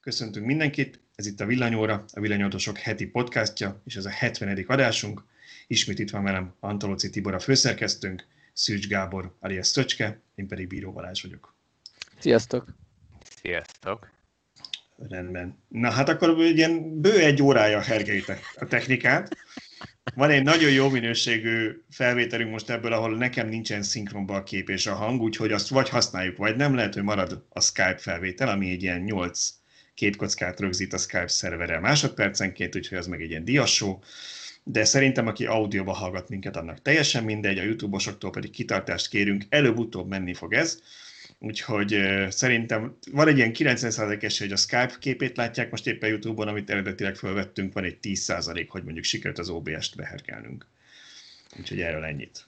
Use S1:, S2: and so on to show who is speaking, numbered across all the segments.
S1: Köszöntünk mindenkit, ez itt a Villanyóra, a Villanyautósok heti podcastja, és ez a 70. adásunk. Ismét itt van velem Antolóci Tibor, a főszerkesztőnk, Szűcs Gábor alias Szöcske, én pedig Bíró Balázs vagyok.
S2: Sziasztok!
S3: Sziasztok!
S1: Rendben. Na hát akkor ilyen bő egy órája hergelitek a technikát. Van egy nagyon jó minőségű felvételünk most ebből, ahol nekem nincsen szinkronban a kép és a hang, úgyhogy azt vagy használjuk, vagy nem. Lehet, hogy marad a Skype felvétel, ami egy ilyen 8 képkockát rögzít a Skype szerverrel másodpercenként, úgyhogy az meg egy ilyen diassó. De szerintem, aki audióba hallgat minket, annak teljesen mindegy, a YouTube-osoktól pedig kitartást kérünk, előbb-utóbb menni fog ez. Úgyhogy szerintem van egy ilyen 90% esély, hogy a Skype képét látják most éppen YouTube-on, amit eredetileg felvettünk, van egy 10%, hogy mondjuk sikerült az OBS-t beherkelnünk. Úgyhogy erről ennyit.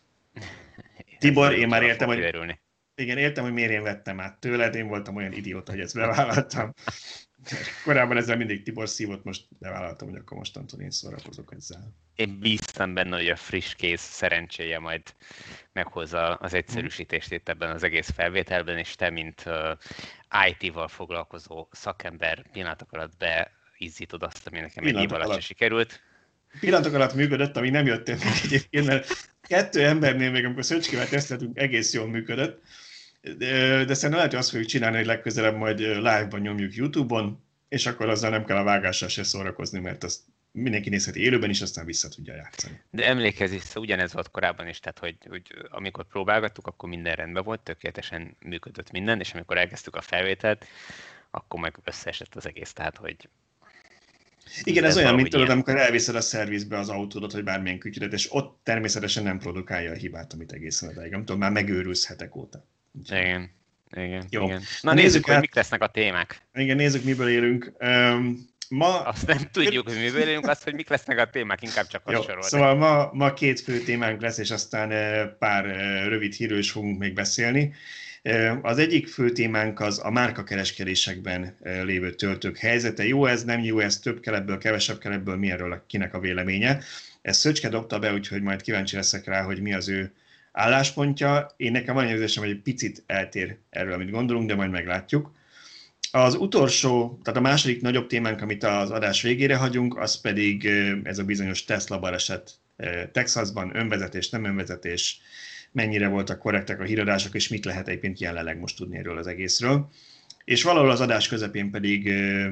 S1: Tibor, én már értem, hogy miért én vettem át tőled, én voltam olyan idióta, hogy ezt bevállaltam. Korábban ezzel mindig Tibor szívott, most bevállaltam, hogy akkor mostantól én szórakozok ezzel.
S3: Én bíztam benne, hogy a friss kéz szerencséje majd meghozza az egyszerűsítést itt ebben az egész felvételben, és te, mint IT-val foglalkozó szakember pillanatok alatt beizzítod azt, ami nekem egy év alatt se sikerült.
S1: Pillanatok alatt működött, ami nem jöttél meg egyébként, mert 2 embernél még, amikor Szöcskével teszteltünk, egész jól működött. De szerintem lehet, hogy azt fogjuk csinálni, hogy legközelebb majd live-ban nyomjuk YouTube-on, és akkor azzal nem kell a vágással se szórakozni, mert azt mindenki nézheti élőben is, aztán vissza tudja játszani.
S3: De emlékezz vissza, ugyanez volt korábban is, tehát hogy amikor próbálgattuk, akkor minden rendben volt, tökéletesen működött minden, és amikor elkezdtük a felvételt, akkor meg összeesett az egész, tehát hogy...
S1: Igen, ez olyan, mint tudod, amikor elviszed a szervizbe az autódat, vagy bármilyen kütyüdet, és ott természetesen nem produkálja a hibát, amit egészen odáig. Nem tudom, már megőrülsz hetek óta.
S3: Igen.
S1: Jó.
S3: Igen. Na nézzük, hogy mik lesznek a témák.
S1: Igen, nézzük, miből élünk.
S3: Azt nem tudjuk, hogy miből élünk, azt, hogy mik lesznek a témák, inkább csak azt sorolni.
S1: Szóval ma 2 fő témánk lesz, és aztán pár rövid hírről is fogunk még beszélni. Az egyik fő témánk az a márkakereskedésekben lévő töltők helyzete. Jó ez, nem jó ez, több kell ebből, kevesebb kell ebből, mi erről kinek a véleménye. Ezt Szöcske dobta be, úgyhogy majd kíváncsi leszek rá, hogy mi az ő álláspontja. Én nekem van egy érzésem, hogy egy picit eltér erről, amit gondolunk, de majd meglátjuk. Az utolsó, tehát a második nagyobb témánk, amit az adás végére hagyunk, az pedig ez a bizonyos Tesla baleset Texasban, önvezetés, nem önvezetés, mennyire voltak korrektek a híradások, és mit lehet egyébként jelenleg most tudni erről az egészről. És valahol az adás közepén pedig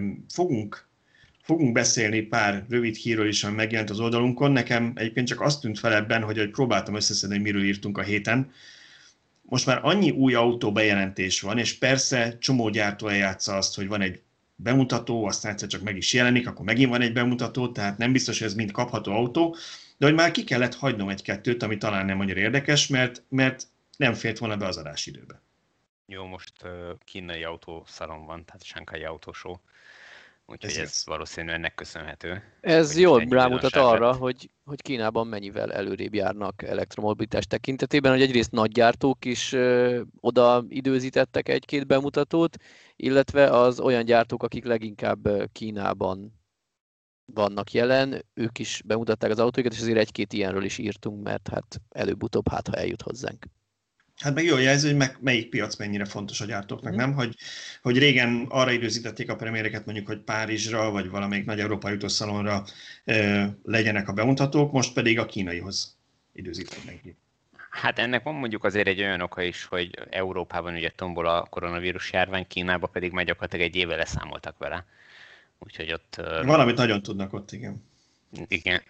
S1: fogunk beszélni pár rövid hírről is, ami megjelent az oldalunkon. Nekem egyébként csak azt tűnt fel ebben, hogy próbáltam összeszedni, hogy miről írtunk a héten. Most már annyi új autó bejelentés van, és persze csomó gyártó eljátsza azt, hogy van egy bemutató, aztán egyszer csak meg is jelenik, akkor megint van egy bemutató, tehát nem biztos, hogy ez mind kapható autó, de hogy már ki kellett hagynom 1-2-t, ami talán nem annyira érdekes, mert nem fért volna be az adásidőbe.
S3: Jó, most kínai autószalon van, tehát Shanghai Autóshow. Úgyhogy ez valószínűleg ennek köszönhető.
S2: Ez jól rámutat arra, hogy Kínában mennyivel előrébb járnak elektromobilitás tekintetében, hogy egyrészt nagy gyártók is oda időzítettek 1-2 bemutatót, illetve az olyan gyártók, akik leginkább Kínában vannak jelen, ők is bemutatták az autóikat, és azért 1-2 ilyenről is írtunk, mert hát előbb-utóbb ha eljut hozzánk.
S1: Hát meg jól jelzi, hogy melyik piac mennyire fontos a gyártóknak, nem? Hogy régen arra időzítették a premiereket, mondjuk, hogy Párizsra, vagy valamelyik nagy európai autószalonra legyenek a bemutatók, most pedig a kínaihoz időzítettek ki.
S3: Hát ennek van mondjuk azért egy olyan oka is, hogy Európában ugye tombol a koronavírus járvány, Kínában pedig már gyakorlatilag 1 éve leszámoltak vele. Úgyhogy ott...
S1: Valamit nagyon tudnak ott, igen.
S3: Igen.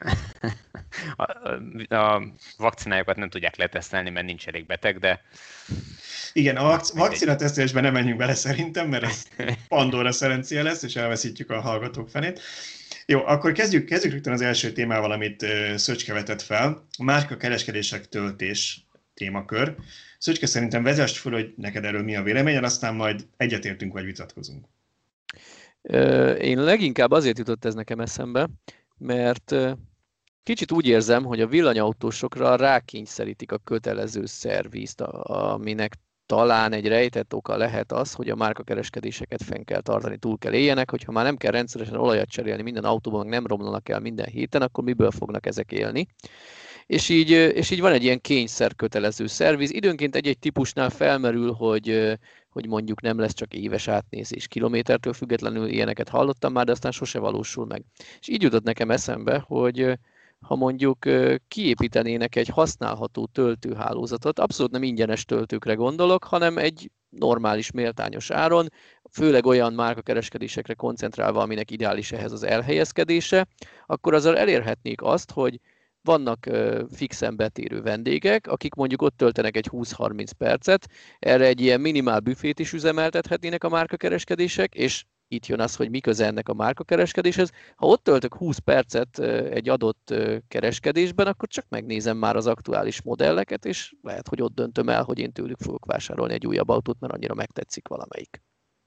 S3: A vakcinájukat nem tudják letesztelni, mert nincs elég beteg, de...
S1: Igen, a vakcinatesztelésben nem menjünk bele szerintem, mert ez Pandora szerencia lesz, és elveszítjük a hallgatók fenét. Jó, akkor kezdjük rögtön az első témával, amit Szöcske vetett fel. A márka kereskedések töltés témakör. Szöcske, szerintem vezess fel, hogy neked erről mi a véleményed, aztán majd egyetértünk vagy vitatkozunk.
S2: Én leginkább azért jutott ez nekem eszembe, mert kicsit úgy érzem, hogy a villanyautósokra rákényszerítik a kötelező szervizt, aminek talán egy rejtett oka lehet az, hogy a márkakereskedéseket fenn kell tartani, túl kell éljenek, hogyha már nem kell rendszeresen olajat cserélni minden autóban, nem romlanak el minden héten, akkor miből fognak ezek élni. és így van egy ilyen kényszer kötelező szerviz. Időnként egy-egy típusnál felmerül, hogy mondjuk nem lesz csak éves átnézés kilométertől függetlenül, ilyeneket hallottam már, de aztán sose valósul meg. És így jutott nekem eszembe, hogy ha mondjuk kiépítenének egy használható töltőhálózatot, abszolút nem ingyenes töltőkre gondolok, hanem egy normális, méltányos áron, főleg olyan márkakereskedésekre koncentrálva, aminek ideális ehhez az elhelyezkedése, akkor azzal elérhetnék azt, hogy vannak fixen betérő vendégek, akik mondjuk ott töltenek egy 20-30 percet, erre egy ilyen minimál büfét is üzemeltethetnének a márkakereskedések, és itt jön az, hogy mi köze ennek a márkakereskedéshez. Ha ott töltök 20 percet egy adott kereskedésben, akkor csak megnézem már az aktuális modelleket, és lehet, hogy ott döntöm el, hogy én tőlük fogok vásárolni egy újabb autót, mert annyira megtetszik valamelyik.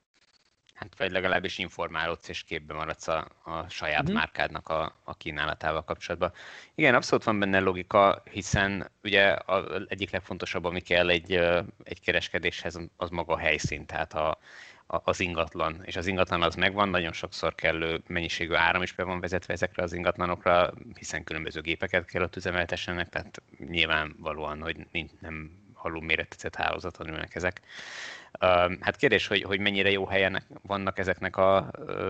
S3: Hát vagy legalábbis informálódsz és képbe maradsz a saját márkádnak a kínálatával kapcsolatban. Igen, abszolút van benne logika, hiszen ugye az egyik legfontosabb, ami kell egy kereskedéshez, az maga a helyszín, tehát az ingatlan. És az ingatlan az megvan, nagyon sokszor kellő mennyiségű áram is be van vezetve ezekre az ingatlanokra, hiszen különböző gépeket kell ott üzemeltessenek, tehát nyilvánvalóan, hogy nem alulméretezett hálózaton ülnek ezek. Hát kérdés, hogy mennyire jó helyen vannak ezeknek a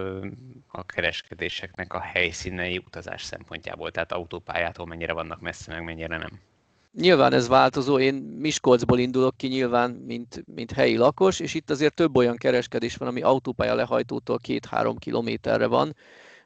S3: kereskedéseknek a helyszínei utazás szempontjából, tehát autópályától mennyire vannak messze, meg mennyire nem.
S2: Nyilván ez változó, én Miskolcból indulok ki nyilván, mint helyi lakos, és itt azért több olyan kereskedés van, ami autópálya lehajtótól 2-3 kilométerre van.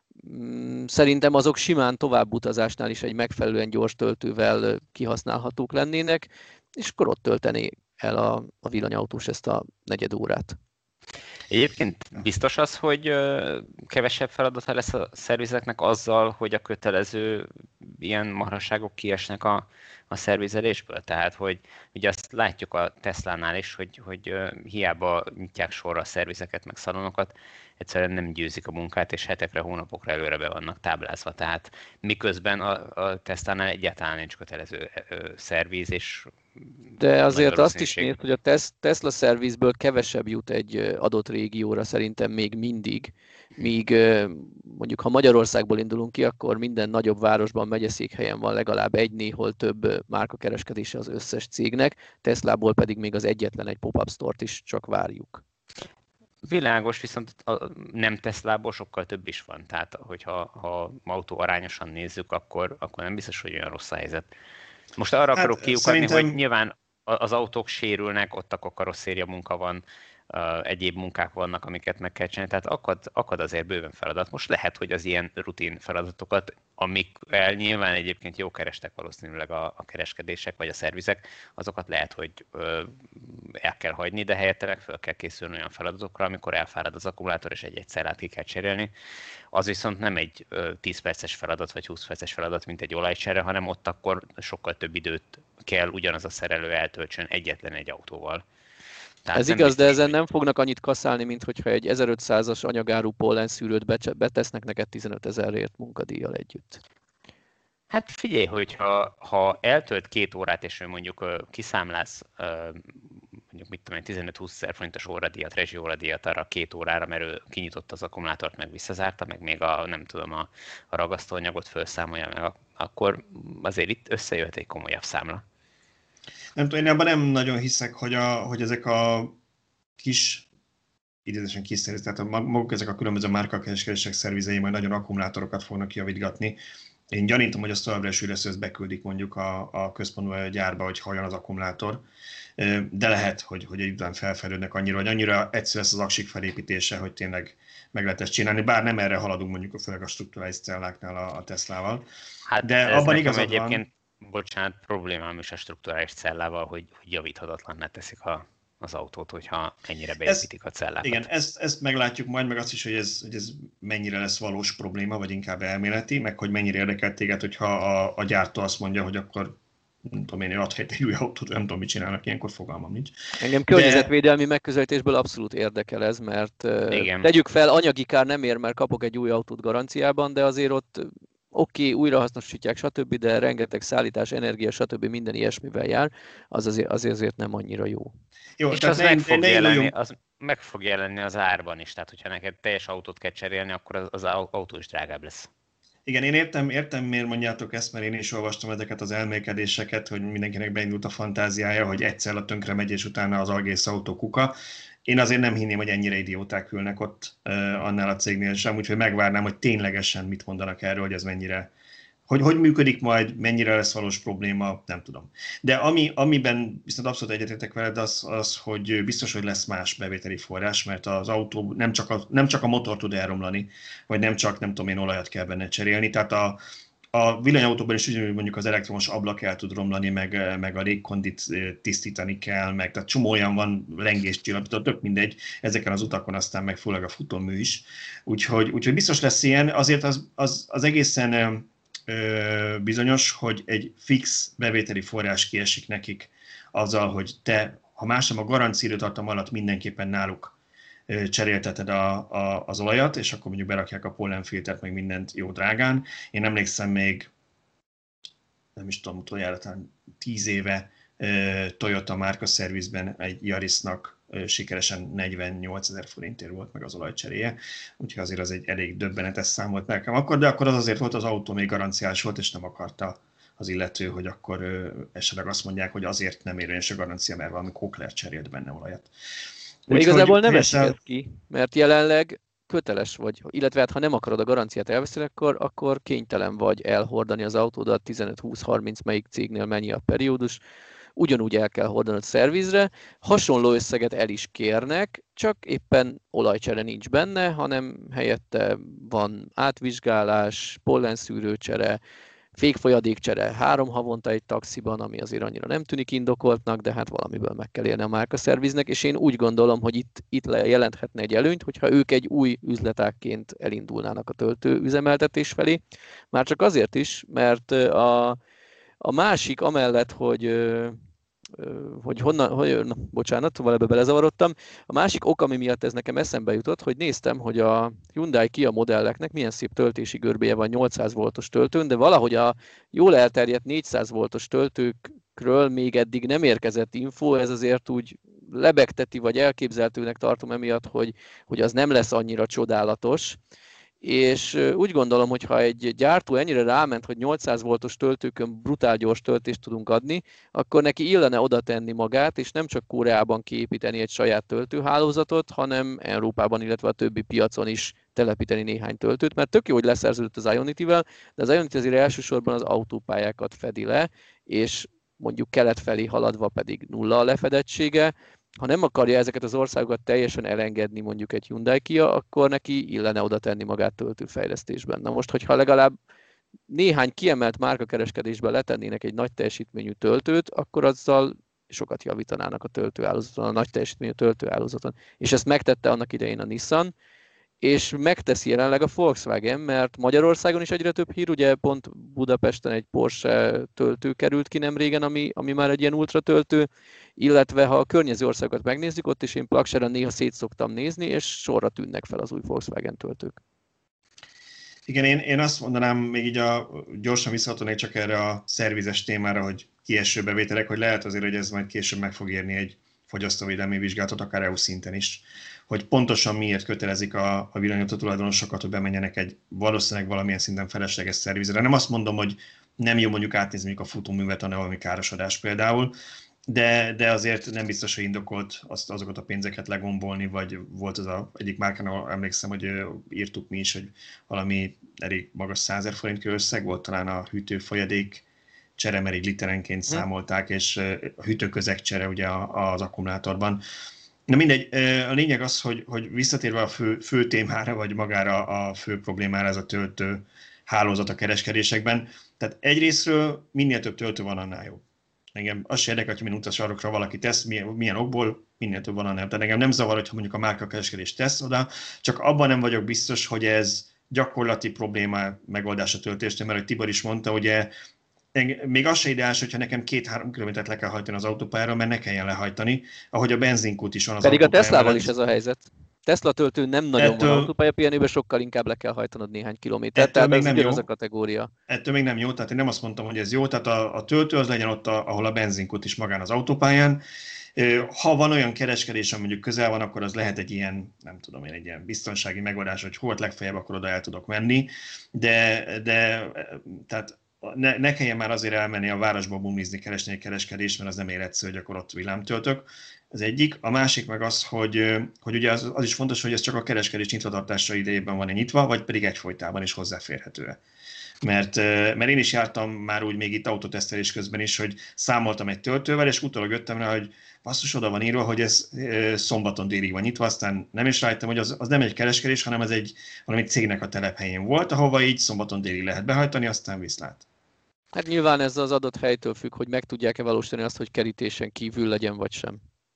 S2: Szerintem azok simán tovább utazásnál is egy megfelelően gyors töltővel kihasználhatók lennének, és akkor ott töltené el a villanyautós ezt a negyed órát.
S3: Egyébként biztos az, hogy kevesebb feladata lesz a szervizeknek azzal, hogy a kötelező ilyen marhaságok kiesnek a szervizelésből? Tehát, hogy ugye azt látjuk a Teslánál is, hogy hiába nyitják sorra a szervizeket, meg szalonokat, egyszerűen nem győzik a munkát, és hetekre, hónapokra előre be vannak táblázva. Tehát miközben a Teslánál egyáltalán nincs kötelező szerviz, és
S2: de azért azt is néz, hogy a Tesla szervizből kevesebb jut egy adott régióra szerintem még mindig, míg mondjuk ha Magyarországból indulunk ki, akkor minden nagyobb városban, megyeszékhelyen van legalább egy, néhol több márkakereskedése az összes cégnek, Teslából pedig még az egyetlen egy pop-up store-t is csak várjuk.
S3: Világos, viszont nem Teslából sokkal több is van. Tehát, hogyha autó arányosan nézzük, akkor nem biztos, hogy olyan rossz a helyzet. Most arra akarok kiukadni, hogy nyilván az autók sérülnek, ott akkor karosszéria munka van, egyéb munkák vannak, amiket meg kell csinálni, tehát akad azért bőven feladat. Most lehet, hogy az ilyen rutin feladatokat, amikkel nyilván egyébként jó kerestek valószínűleg a kereskedések vagy a szervizek, azokat lehet, hogy el kell hagyni, de helyette meg fel kell készülni olyan feladatokra, amikor elfárad az akkumulátor és egy cellát ki kell cserélni. Az viszont nem egy 10 perces feladat vagy 20 perces feladat, mint egy olajcsere, hanem ott akkor sokkal több időt kell ugyanaz a szerelő eltöltsön egyetlen egy autóval. Tehát
S2: ez igaz, biztos, de ezen nem fognak annyit kaszálni, mint hogyha egy 1500-as anyagárú pollenszűrőt betesznek neked 15 000-ért munkadíjjal együtt.
S3: Hát figyelj, hogyha eltölt 2 órát, és mondjuk kiszámlász mondjuk mit tudom én, 15-20 000 forintos óradíjat, rezsi óradíjat arra 2 órára, mert ő kinyitott az akkumulátort, meg visszazárta, meg még a ragasztóanyagot felszámolja meg, akkor azért itt összejöhet egy komolyabb számla.
S1: Nem tudom, én abban nem nagyon hiszek, hogy ezek a kis, idézősen kis szerviz, tehát maguk ezek a különböző márkakereskedések szervizei majd nagyon akkumulátorokat fognak javítgatni. Én gyanítom, hogy azt továbbra is ezt beküldik mondjuk a központú gyárba, hogy halljon az akkumulátor. De lehet, hogy egy után felfejlődnek annyira, hogy annyira egyszerű lesz az aksik felépítése, hogy tényleg meg lehet ezt csinálni, bár nem erre haladunk mondjuk főleg a strukturális celláknál a Teslával.
S3: Hát de abban igazad egyébként, bocsánat, problémám is a strukturális cellával, hogy javíthatatlanná teszik az autót, hogyha ennyire beépítik a cellákat.
S1: Igen, ezt meglátjuk majd, meg azt is, hogy ez mennyire lesz valós probléma, vagy inkább elméleti, meg hogy mennyire érdekel téged, hogyha a gyártó azt mondja, hogy akkor nem tudom én, ad helyett egy új autót, nem tudom, mit csinálnak, ilyenkor fogalmam nincs.
S2: Engem környezetvédelmi megközelítésből abszolút érdekel ez, mert tegyük fel, anyagi kár nem ér, mert kapok egy új autót garanciában, de azért ott oké, újrahasznosítják, stb., de rengeteg szállítás, energia, stb. Minden ilyesmivel jár, az azért nem annyira jó.
S3: Jó, és az meg fog jelenni az árban is, tehát hogyha neked teljes autót kell cserélni, akkor az autó is drágább lesz.
S1: Igen, én értem, miért mondjátok ezt, mert én is olvastam ezeket az elmélkedéseket, hogy mindenkinek beindult a fantáziája, hogy egyszer a tönkre megy, és utána az egész autó kuka. Én azért nem hinném, hogy ennyire idióták ülnek ott annál a cégnél sem, úgyhogy megvárnám, hogy ténylegesen mit mondanak erről, hogy ez mennyire, hogy működik majd, mennyire lesz valós probléma, nem tudom. De amiben viszont abszolút egyetértek veled, az, hogy biztos, hogy lesz más bevételi forrás, mert az autó nem csak a motor tud elromlani, vagy nem csak, nem tudom én, olajat kell benne cserélni. Tehát a villanyautóban is ugyanúgy mondjuk az elektromos ablak el tud romlani, meg a légkondit tisztítani kell, meg tehát csomó olyan van, lengéscsillapító, tök mindegy, ezeken az utakon aztán meg főleg a futómű is. Úgyhogy biztos lesz ilyen, azért az egészen bizonyos, hogy egy fix bevételi forrás kiesik nekik azzal, hogy te, ha más sem a garanciaidőtartam alatt mindenképpen náluk cserélteted az olajat, és akkor mondjuk berakják a pollenfiltert, meg mindent jó drágán. Én emlékszem még, nem is tudom, utoljára talán 10 éve Toyota márka szervizben egy Yarisnak sikeresen 48 000 forintért volt meg az olajcseréje, úgyhogy azért az egy elég döbbenetes szám volt nekem akkor, de akkor az azért volt, az autó még garanciás volt, és nem akarta az illető, hogy akkor esetleg azt mondják, hogy azért nem érvényes a garancia, mert valami Kokler cserélt benne olajat.
S2: De igazából nem esik ki, mert jelenleg köteles vagy, illetve hát ha nem akarod a garanciát elveszteni, akkor kénytelen vagy elhordani az autódat, 15-20-30 melyik cégnél mennyi a periódus, ugyanúgy el kell hordanod szervizre, hasonló összeget el is kérnek, csak éppen olajcsere nincs benne, hanem helyette van átvizsgálás, pollenszűrőcsere, fékfolyadékcsere 3 havonta egy taxiban, ami azért annyira nem tűnik indokoltnak, de hát valamiből meg kell élni a márkaszerviznek, és én úgy gondolom, hogy itt jelenthetne egy előnyt, hogyha ők egy új üzletágként elindulnának a töltőüzemeltetés felé. Már csak azért is, mert a másik amellett, bocsánat, szóval ebbe belezavarodtam. A másik ok, ami miatt ez nekem eszembe jutott, hogy néztem, hogy a Hyundai Kia modelleknek milyen szép töltési görbéje van 800 voltos töltőn, de valahogy a jól elterjedt 400 voltos töltőkről még eddig nem érkezett info, ez azért úgy lebegteti, vagy elképzelhetőnek tartom emiatt, hogy az nem lesz annyira csodálatos. És úgy gondolom, hogy ha egy gyártó ennyire ráment, hogy 800 voltos töltőkön brutál gyors töltést tudunk adni, akkor neki illene oda tenni magát, és nem csak Koreában kiépíteni egy saját töltőhálózatot, hanem Európában, illetve a többi piacon is telepíteni néhány töltőt, mert tök jó, hogy leszerződött az Ionity-vel, de az Ionity azért elsősorban az autópályákat fedi le, és mondjuk kelet felé haladva pedig nulla a lefedettsége. Ha nem akarja ezeket az országokat teljesen elengedni mondjuk egy Hyundai Kia, akkor neki illene oda tenni magát töltőfejlesztésben. Na most, hogyha legalább néhány kiemelt márkakereskedésben letennének egy nagy teljesítményű töltőt, akkor azzal sokat javítanának a töltőhálózaton, a nagy teljesítményű töltőhálózaton. És ezt megtette annak idején a Nissan, és megteszi jelenleg a Volkswagen, mert Magyarországon is egyre több hír, ugye pont Budapesten egy Porsche töltő került ki nem régen, ami már egy ilyen ultra töltő, illetve ha a környező országokat megnézzük, ott is én Plakseren néha szét szoktam nézni, és sorra tűnnek fel az új Volkswagen töltők.
S1: Igen, én azt mondanám, még így gyorsan visszahatónék csak erre a szervizes témára, hogy kieső bevételek, hogy lehet azért, hogy ez majd később meg fog érni egy fogyasztóvédelmi vizsgálatot, akár EU szinten is, hogy pontosan miért kötelezik a villanyautó tulajdonosokat, hogy bemenjenek egy valószínűleg valamilyen szinten felesleges szervizre. Nem azt mondom, hogy nem jó mondjuk átnézni a futóművet, hanem valami károsodás például, de azért nem biztos, hogy indokolt azokat a pénzeket legombolni, vagy volt az egyik márkánál, emlékszem, hogy írtuk mi is, hogy valami elég magas 100 000 forint összeg volt talán a hűtőfolyadék csere, mert így literenként számolták, és a hűtőközeg csere ugye az akkumulátorban. Na mindegy, a lényeg az, hogy visszatérve a fő témára, vagy magára a fő problémára, ez a töltő hálózat a kereskedésekben. Tehát egyrésztről minél több töltő van, annál jobb. Engem az se érdekel, hogy milyen utasarokra valaki tesz, milyen okból, minél több van annál. Tehát engem nem zavar, hogyha mondjuk a márkakereskedés tesz oda, csak abban nem vagyok biztos, hogy ez gyakorlati probléma megoldása töltésnél, mert hogy Tibor is mondta, ugye még az se ideális, hogyha nekem 2-3 kilométert le kell hajtani az autópályára, mert ne kelljen lehajtani, ahogy a benzinkút is van az
S2: pedig
S1: autópálya
S2: a Teslával
S1: mellett.
S2: is ez a helyzet. Tesla töltő nem nagyon van autópályapihenőben, sokkal inkább le kell hajtanod néhány kilométert, tehát ez ugyanaz a kategória.
S1: Ettől még nem jó, tehát én nem azt mondtam, hogy ez jó, tehát a töltő az legyen ott, ahol a benzinkút is magán az autópályán. Ha van olyan kereskedés, ami mondjuk közel van, akkor az lehet egy ilyen, nem tudom én, egy ilyen biztonsági megoldás, hogy hol legfeljebb akkor oda el tudok menni, de tehát ne kelljen már azért elmenni a városba bumizni, keresni egy kereskedést, mert az nem ér egyszerű, hogy akkor ott villámtöltök. Az egyik. A másik meg az, hogy ugye az is fontos, hogy ez csak a kereskedés nyitvatartása idejében van nyitva, vagy pedig egyfolytában is hozzáférhető. Mert én is jártam már úgy még itt autotesztelés közben is, hogy számoltam egy töltővel, és utólag jöttem rá, hogy basszus, oda van írva, hogy ez szombaton délig van nyitva, aztán nem is rájöttem, hogy az nem egy kereskedés, hanem ez valami cégnek a telephelyén volt, ahova így szombaton délig lehet behajtani, aztán viszlát.
S2: Hát nyilván ez az adott helytől függ, hogy meg tudják-e valósítani azt, hogy kerítésen kívül legyen, vagy sem.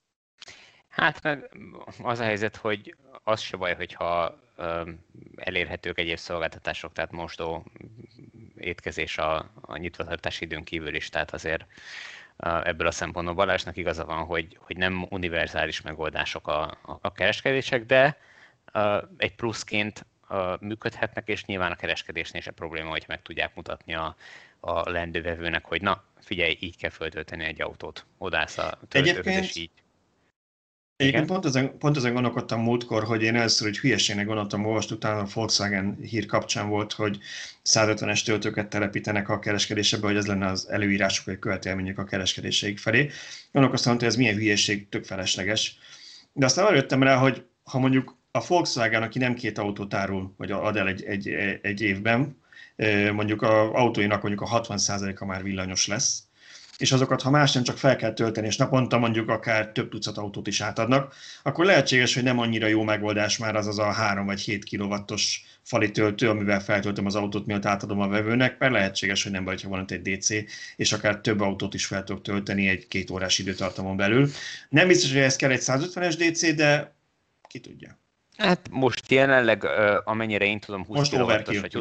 S3: Hát meg az a helyzet, hogy az se baj, hogyha elérhetők egyéb szolgáltatások, tehát mosdó, étkezés a nyitvatartási időn kívül is, tehát azért ebből a szempontból Balázsnak igaza van, hogy nem univerzális megoldások a kereskedések, de egy pluszként működhetnek, és nyilván a kereskedésnél se probléma, hogy meg tudják mutatni a leendővevőnek, hogy na, figyelj, így kell föltölteni egy autót, odállsz a töltőhöz, és így.
S1: Egyébként pont ezen gondolkodtam múltkor, hogy én először hogy hülyeségnek gondoltam, most utána a Volkswagen hír kapcsán volt, hogy 150-es töltőket telepítenek a kereskedésekbe, hogy ez lenne az előírásuk, vagy követelményük a kereskedéseik felé. Gondolkoztam, hogy ez milyen hülyeség, tök felesleges. De aztán arra jöttem rá, hogy ha mondjuk a Volkswagen, aki nem 2 autót árul, vagy ad el egy évben, mondjuk az autóinak mondjuk a 60%-a már villanyos lesz, és azokat, ha más nem, csak fel kell tölteni, és naponta mondjuk akár több tucat autót is átadnak, akkor lehetséges, hogy nem annyira jó megoldás már az a 3 vagy 7 kW-os fali töltő, amivel feltöltöm az autót, mielőtt átadom a vevőnek, mert lehetséges, hogy nem baj, ha van ott egy DC, és akár több autót is fel tudok tölteni egy 2 órás időtartamon belül. Nem biztos, hogy ez kell egy 150-es DC, de ki tudja.
S3: Hát most jelenleg, amennyire én tudom, 20 kW-os vagy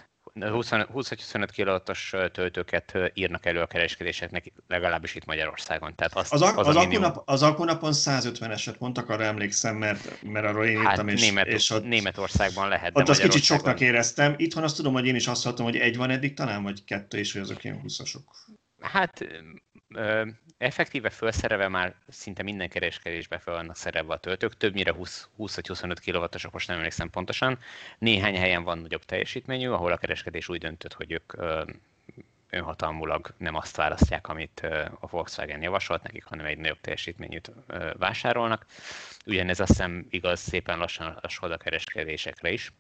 S3: 20-25 kW-os töltőket írnak elő a kereskedéseknek, legalábbis itt Magyarországon. Tehát
S1: az Akkunapon 150-eset mondtak, arra emlékszem, mert arról én írtam, és ott
S3: Németországban lehet.
S1: Ott azt kicsit soknak éreztem. Itthon azt tudom, hogy én is azt hallottam, hogy 1 van eddig talán, vagy 2, és hogy azok ilyen 20-asok.
S3: Hát effektíve felszerelve már szinte minden kereskedésbe fel vannak szerelve a töltők, többnyire 20 vagy 25 kW-osok, most nem emlékszem pontosan. Néhány helyen van nagyobb teljesítményű, ahol a kereskedés úgy döntött, hogy ők önhatalmulag nem azt választják, amit a Volkswagen javasolt nekik, hanem egy nagyobb teljesítményűt vásárolnak. Ugyanez azt hiszem igaz szépen lassan a Skoda kereskedésekre is.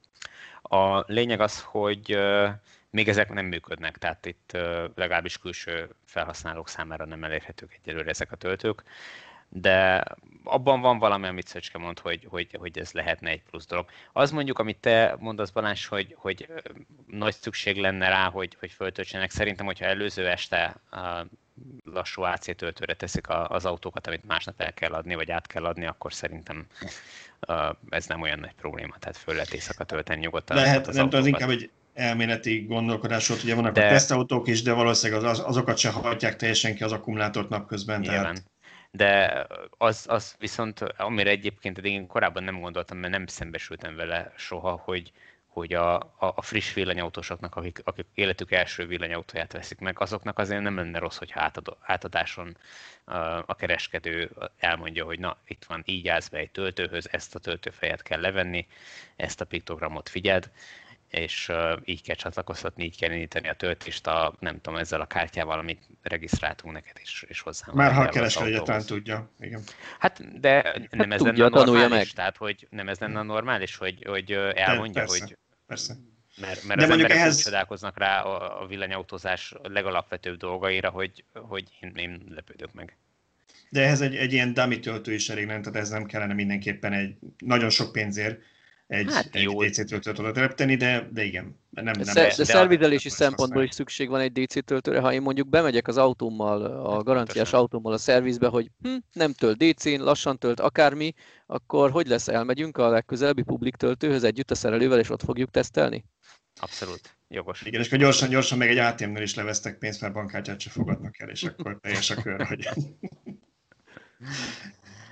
S3: A lényeg az, hogy még ezek nem működnek, tehát itt legalábbis külső felhasználók számára nem elérhetők egyelőre ezek a töltők, de abban van valami, amit Szöcske mond, hogy ez lehetne egy plusz dolog. Az mondjuk, amit te mondasz, Balázs, hogy nagy szükség lenne rá, hogy föltöltsenek. Szerintem, hogyha előző este lassú AC töltőre teszik az autókat, amit másnap el kell adni, vagy át kell adni, akkor szerintem ez nem olyan nagy probléma, tehát föl lehet éjszaka tölteni nyugodtan.
S1: Lehet, nem tudom, az inkább egy elméleti gondolkodás volt, ugye vannak a tesztautók is, de valószínűleg azokat se hajtják teljesen ki az akkumulátort napközben.
S3: Tehát... De az viszont, amire egyébként én korábban nem gondoltam, mert nem szembesültem vele soha, hogy a friss villanyautósoknak, akik életük első villanyautóját veszik meg, azoknak azért nem lenne rossz, hogyha átadáson a kereskedő elmondja, hogy na, itt van, így állsz be egy töltőhöz, ezt a töltőfejet kell levenni, ezt a piktogramot figyeld, és így kell csatlakoztatni, így kell indítani a töltést, nem tudom, ezzel a kártyával, amit regisztráltunk neked, és hozzá.
S1: Már ha a kereskedő egyáltalán tudja. Igen.
S3: Hát, de nem ez lenne normális, tehát, hogy nem ez lenne normális, hogy elmondja,
S1: persze,
S3: hogy...
S1: Persze.
S3: Mert az emberek úgy csodálkoznak rá a villanyautózás legalapvetőbb dolgaira, hogy én lepődök meg.
S1: De ehhez egy ilyen dummy töltő is elég, nem? Tehát ez nem kellene mindenképpen egy nagyon sok pénzért egy DC töltőt oda telepíteni, de igen.
S2: De szervizelési szempontból is szükség van egy DC töltőre. Ha én mondjuk bemegyek az autómmal, a garanciás autómmal a szervizbe, hogy nem tölt DC-n, lassan tölt akármi, akkor hogy lesz, elmegyünk a legközelebbi publik töltőhöz együtt a szerelővel, és ott fogjuk tesztelni?
S3: Abszolút. Jogos.
S1: Igen, és akkor gyorsan meg egy ATM-nél is levesztek pénzt, mert bankkártyát se fogadnak el, és akkor teljes a kör, hogy...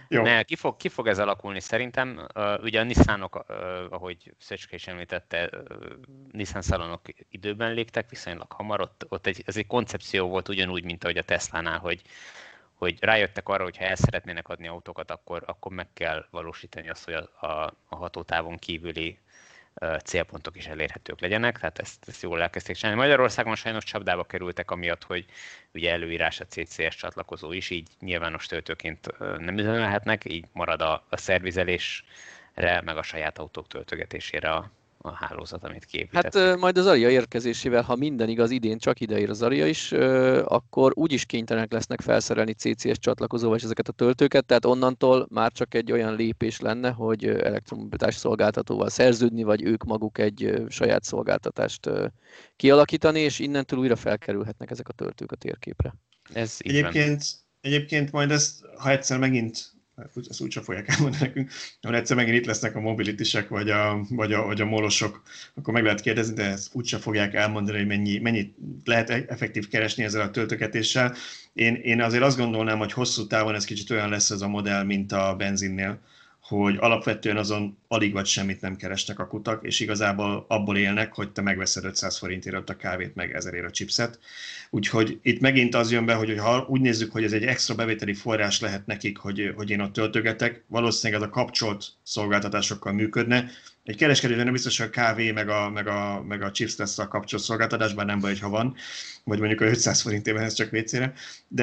S3: Ki fog ez alakulni szerintem? Ugye a Nissanok, ahogy Szöcske is említette, Nissan szalonok időben léptek viszonylag hamar. Ott ez egy koncepció volt ugyanúgy, mint ahogy a Teslánál, hogy rájöttek arra, hogy ha el szeretnének adni autókat, akkor meg kell valósítani azt, hogy a hatótávon kívüli célpontok is elérhetők legyenek, tehát ezt jól elkezdték csinálni. Magyarországon sajnos csapdába kerültek amiatt, hogy ugye előírás a CCS csatlakozó is, így nyilvános töltőként nem üzemelhetnek, így marad a szervizelésre, meg a saját autók töltögetésére a hálózat, amit kiépítettek.
S2: Hát majd az Aria érkezésével, ha minden igaz, idén csak ideér az Aria is, akkor úgyis kénytelenek lesznek felszerelni CCS csatlakozóval és ezeket a töltőket, tehát onnantól már csak egy olyan lépés lenne, hogy elektromobilitás szolgáltatóval szerződni, vagy ők maguk egy saját szolgáltatást kialakítani, és innentől újra felkerülhetnek ezek a töltők a térképre.
S3: Ez
S1: Egyébként majd ezt, ha egyszer megint, ezt úgyse fogják elmondani nekünk, ha egyszer megint itt lesznek a mobilitisek, vagy a molosok, akkor meg lehet kérdezni, de ezt úgyse fogják elmondani, hogy mennyit lehet effektív keresni ezzel a töltögetéssel. Én azért azt gondolnám, hogy hosszú távon ez kicsit olyan lesz ez a modell, mint a benzinnél, hogy alapvetően azon alig vagy semmit nem keresnek a kutak, és igazából abból élnek, hogy te megveszed 500 forintért a kávét, meg 1000 a chipset. Úgyhogy itt megint az jön be, hogy ha úgy nézzük, hogy ez egy extra bevételi forrás lehet nekik, hogy én ott töltögetek, valószínűleg ez a kapcsolt szolgáltatásokkal működne. Egy kereskedőben nem biztos, hogy a kávé meg a chips lesz a kapcsolt szolgáltatás, bár nem baj, ha van, vagy mondjuk a 500 forintében ez csak WC-re,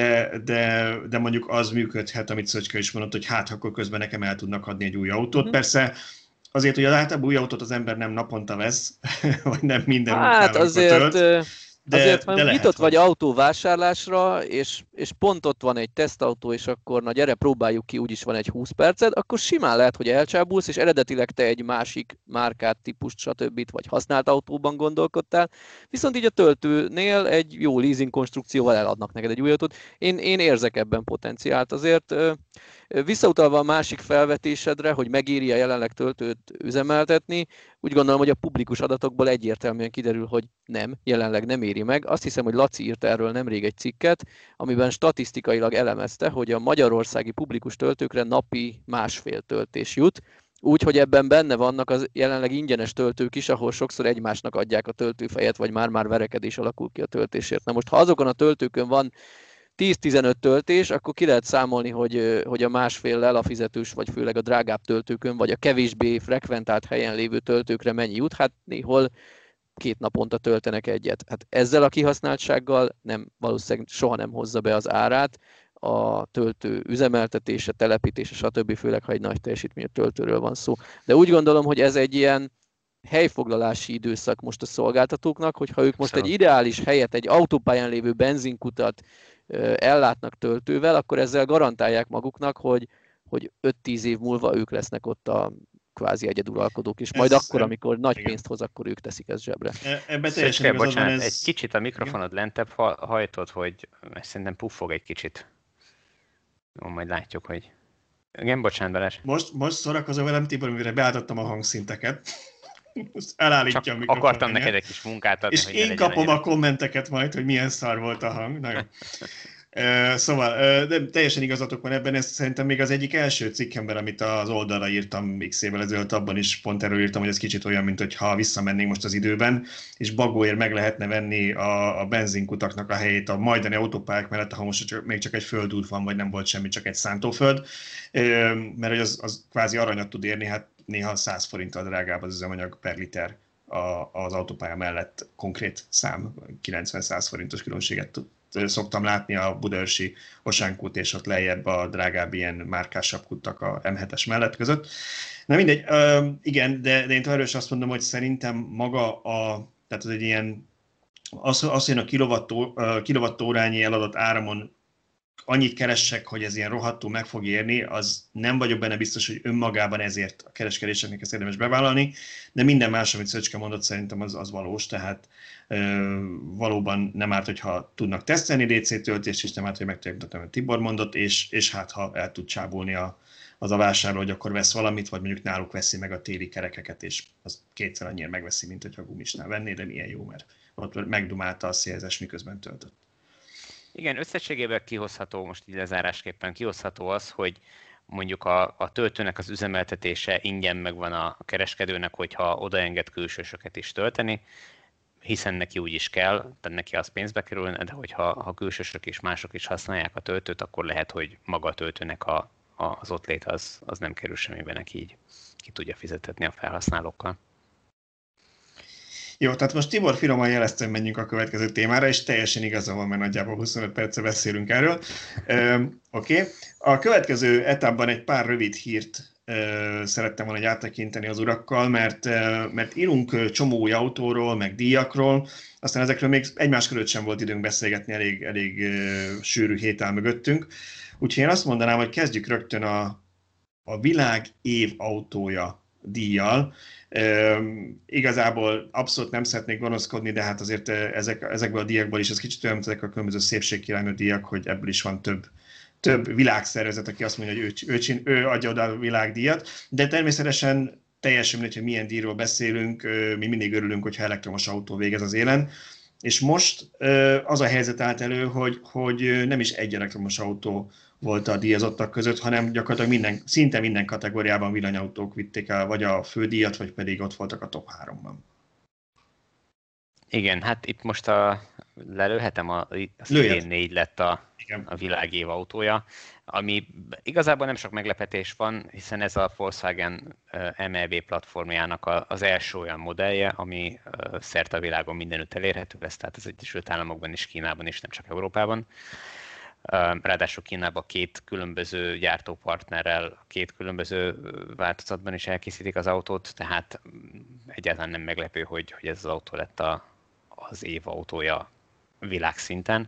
S1: de mondjuk az működhet, amit Szöcske is mondott, hogy hát akkor közben nekem el tudnak adni egy új autót. Persze azért, hogy általában új autót az ember nem naponta vesz, vagy nem minden
S2: hát azért
S1: tölt.
S2: Azért, ha nyitott vagy autóvásárlásra, és pont ott van egy tesztautó, és akkor na gyere, próbáljuk ki, úgyis van egy 20 perced, akkor simán lehet, hogy elcsábulsz, és eredetileg te egy másik márkát, típust, stb. Vagy használt autóban gondolkodtál, viszont így a töltőnél egy jó leasing konstrukcióval eladnak neked egy új autót. Én érzek ebben potenciált azért. Visszautalva a másik felvetésedre, hogy megéri a jelenleg töltőt üzemeltetni, úgy gondolom, hogy a publikus adatokból egyértelműen kiderül, hogy nem, jelenleg nem éri meg. Azt hiszem, hogy Laci írt erről nemrég egy cikket, amiben statisztikailag elemezte, hogy a magyarországi publikus töltőkre napi 1,5 töltés jut, úgyhogy ebben benne vannak az jelenleg ingyenes töltők is, ahol sokszor egymásnak adják a töltőfejet, vagy már verekedés alakul ki a töltésért. Na most, ha azokon a töltőkön van 10-15 töltés, akkor ki lehet számolni, hogy a 1,5-lel a fizetős, vagy főleg a drágább töltőkön, vagy a kevésbé frekventált helyen lévő töltőkre mennyi jut. Hát néhol 2 naponta töltenek egyet. Hát ezzel a kihasználtsággal valószínűleg soha nem hozza be az árát a töltő üzemeltetése, telepítése, stb. Főleg, ha egy nagy teljesítményű töltőről van szó. De úgy gondolom, hogy ez egy ilyen helyfoglalási időszak most a szolgáltatók, hogyha ők most egy ideális helyet, egy autópályán lévő benzinkutat ellátnak töltővel, akkor ezzel garantálják maguknak, hogy 5-10 év múlva ők lesznek ott a kvázi egyeduralkodók, és majd akkor, amikor nagy pénzt hoz, akkor ők teszik ezt zsebre.
S3: Szöcske, bocsánat, egy kicsit a mikrofonod lentebb hajtod, hogy szerintem puffog egy kicsit. Jó, majd látjuk, hogy... Igen, bocsánat, Balázs.
S1: Most szórakozom velem, Tibor, mire beállítottam a hangszinteket. Most elállítja
S3: csak
S1: a mikrofon.
S3: Akartam neked egy kis munkát adni,
S1: és hogy én kapom a kommenteket majd, hogy milyen szar volt a hang. Na jó. Szóval de teljesen igazatok van ebben, ez szerintem még az egyik első cikkemben, amit az oldalra írtam x évvel ezelőtt, abban is pont erről írtam, hogy ez kicsit olyan, mint hogyha visszamennénk most az időben, és bagóért meg lehetne venni a benzinkutaknak a helyét a majdani autópályák mellett, ahol most még csak egy földút van, vagy nem volt semmi, csak egy szántóföld, mert hogy az kvázi aranyat tud érni, hát néha 100 forinttal drágább az üzemanyag per liter az autópálya mellett konkrét szám, 90-100 forintos különbséget szoktam látni a budaörsi Osánkút és ott lejjebb a drágább ilyen márkásabb kutak a M7-es mellett között. Na mindegy, igen, de én továbbra is azt mondom, hogy szerintem maga tehát az egy ilyen, az, hogy a kilovattórányi eladott áramon annyit keressek, hogy ez ilyen rohadtul meg fog érni, az nem vagyok benne biztos, hogy önmagában ezért a kereskedéseknek ezt érdemes bevállalni, de minden más, amit Szöcske mondott, szerintem az valós, tehát valóban nem árt, hogyha tudnak tesztelni DC töltést, és nem árt, hogy megtudják, amit Tibor mondott, és hát ha el tud csábulni az a vásárló, hogy akkor vesz valamit, vagy mondjuk náluk veszi meg a téli kerekeket, és az 2-szer annyira megveszi, mint hogyha gumisnál venné, de milyen jó, mert ott megdumálta a szélzes, miközben töltött.
S3: Igen, összességében kihozható, most így lezárásképpen kihozható az, hogy mondjuk a töltőnek az üzemeltetése ingyen megvan a kereskedőnek, hogyha odaenged külsősöket is tölteni, hiszen neki úgy is kell, tehát neki az pénzbe kerül, de hogyha külsősök és mások is használják a töltőt, akkor lehet, hogy maga a töltőnek az ott lét az nem kerül semmibe, neki így ki tudja fizetetni a felhasználókkal.
S1: Jó, tehát most Tibor finoman jelezte, hogy menjünk a következő témára, és teljesen igaza van, mert nagyjából 25 perce beszélünk erről. Oké. A következő etapban egy pár rövid hírt szerettem volna áttekinteni az urakkal, mert írunk csomó új autóról, meg díjakról, aztán ezekről még egymás között sem volt időnk beszélgetni, elég sűrű hét áll mögöttünk. Úgyhogy én azt mondanám, hogy kezdjük rögtön a világ év autója díjjal. Igazából abszolút nem szeretnék gonoszkodni, de hát azért ezekből a díjakból is ez kicsit olyan, mint ezek a különböző szépségkirálynő díjak, hogy ebből is van több világszervezet, aki azt mondja, hogy ő adja oda a világdíjat, de természetesen teljesen mindegy, hogy milyen díjról beszélünk, mi mindig örülünk, hogyha elektromos autó végez az élen, és most az a helyzet állt elő, hogy nem is egy elektromos autó volt a díjazottak között, hanem gyakorlatilag szinte minden kategóriában villanyautók vitték el vagy a fődíjat, vagy pedig ott voltak a top 3-ban.
S3: Igen, hát itt most lelőhetem, a CD4 lett a világév autója, ami igazából nem sok meglepetés van, hiszen ez a Volkswagen MLB platformjának az első olyan modellje, ami szerte a világon mindenütt elérhető lesz, tehát az Egyesült Államokban és Kínában is, nem csak Európában. Ráadásul Kínában 2 különböző gyártópartnerrel, 2 különböző változatban is elkészítik az autót, tehát egyáltalán nem meglepő, hogy ez az autó lett az év autója világszinten.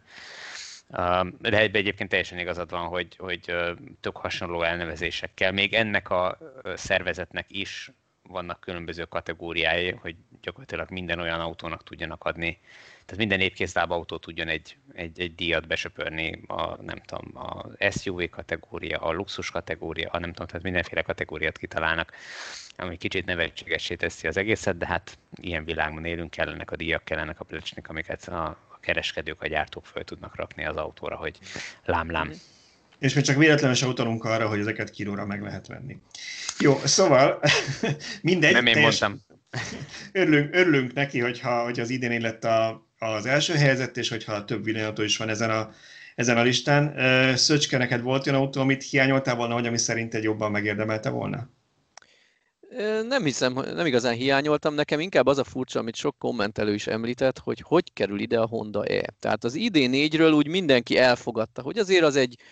S3: De egyébként teljesen igazad van, hogy tök hasonló elnevezésekkel, még ennek a szervezetnek is vannak különböző kategóriái, hogy gyakorlatilag minden olyan autónak tudjanak adni, tehát minden épkézláb autó tudjon egy díjat besöpörni, a SUV kategória, a luxus kategória, tehát mindenféle kategóriát kitalálnak, ami kicsit nevetségessé teszi az egészet, de hát ilyen világban élünk, kellenek a díjak, kellenek a plecsnik, amiket a kereskedők, a gyártók föl tudnak rakni az autóra, hogy lám.
S1: És még csak véletlenül se utalunk arra, hogy ezeket kilóra meg lehet venni. Jó, szóval mindegy.
S3: Nem én mondtam.
S1: Örülünk neki, hogyha az idén lett az első helyzet, és hogyha több villanyautó is van ezen a listán. Szöcske, neked volt olyan autó, amit hiányoltál volna, vagy ami szerinted jobban megérdemelte volna?
S2: Nem hiszem, nem igazán hiányoltam. Nekem inkább az a furcsa, amit sok kommentelő is említett, hogy kerül ide a Honda E. Tehát az ID4-ről úgy mindenki elfogadta, hogy azért az egy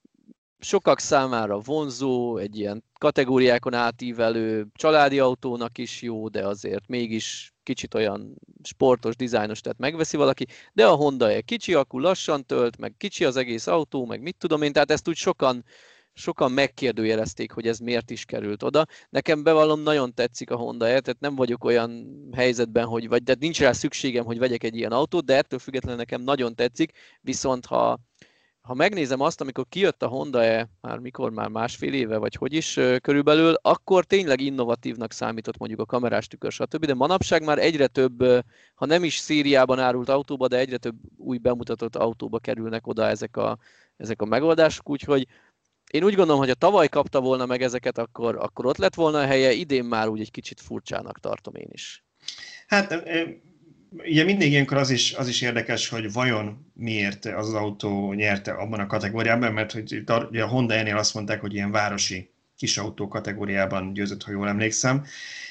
S2: sokak számára vonzó, egy ilyen kategóriákon átívelő családi autónak is jó, de azért mégis kicsit olyan sportos, dizájnos, tehát megveszi valaki, de a Honda E kicsi akku, lassan tölt, meg kicsi az egész autó, meg mit tudom én, tehát ezt úgy sokan megkérdőjelezték, hogy ez miért is került oda. Nekem bevallom, nagyon tetszik a Honda E, tehát nem vagyok olyan helyzetben, tehát nincs rá szükségem, hogy vegyek egy ilyen autót, de ettől függetlenül nekem nagyon tetszik, viszont ha megnézem azt, amikor kijött a Honda E, már másfél éve, vagy hogy is körülbelül, akkor tényleg innovatívnak számított mondjuk a kamerás tükör, stb. De manapság már egyre több, ha nem is szériában árult autóba, de egyre több új bemutatott autóba kerülnek oda ezek a megoldások, úgyhogy én úgy gondolom, hogy ha tavaly kapta volna meg ezeket, akkor ott lett volna a helye, idén már úgy egy kicsit furcsának tartom én is.
S1: Hát ugye mindig ilyenkor az is érdekes, hogy vajon miért az autó nyerte abban a kategóriában, mert hogy a Honda E-nél azt mondták, hogy ilyen városi kisautó kategóriában győzött, ha jól emlékszem.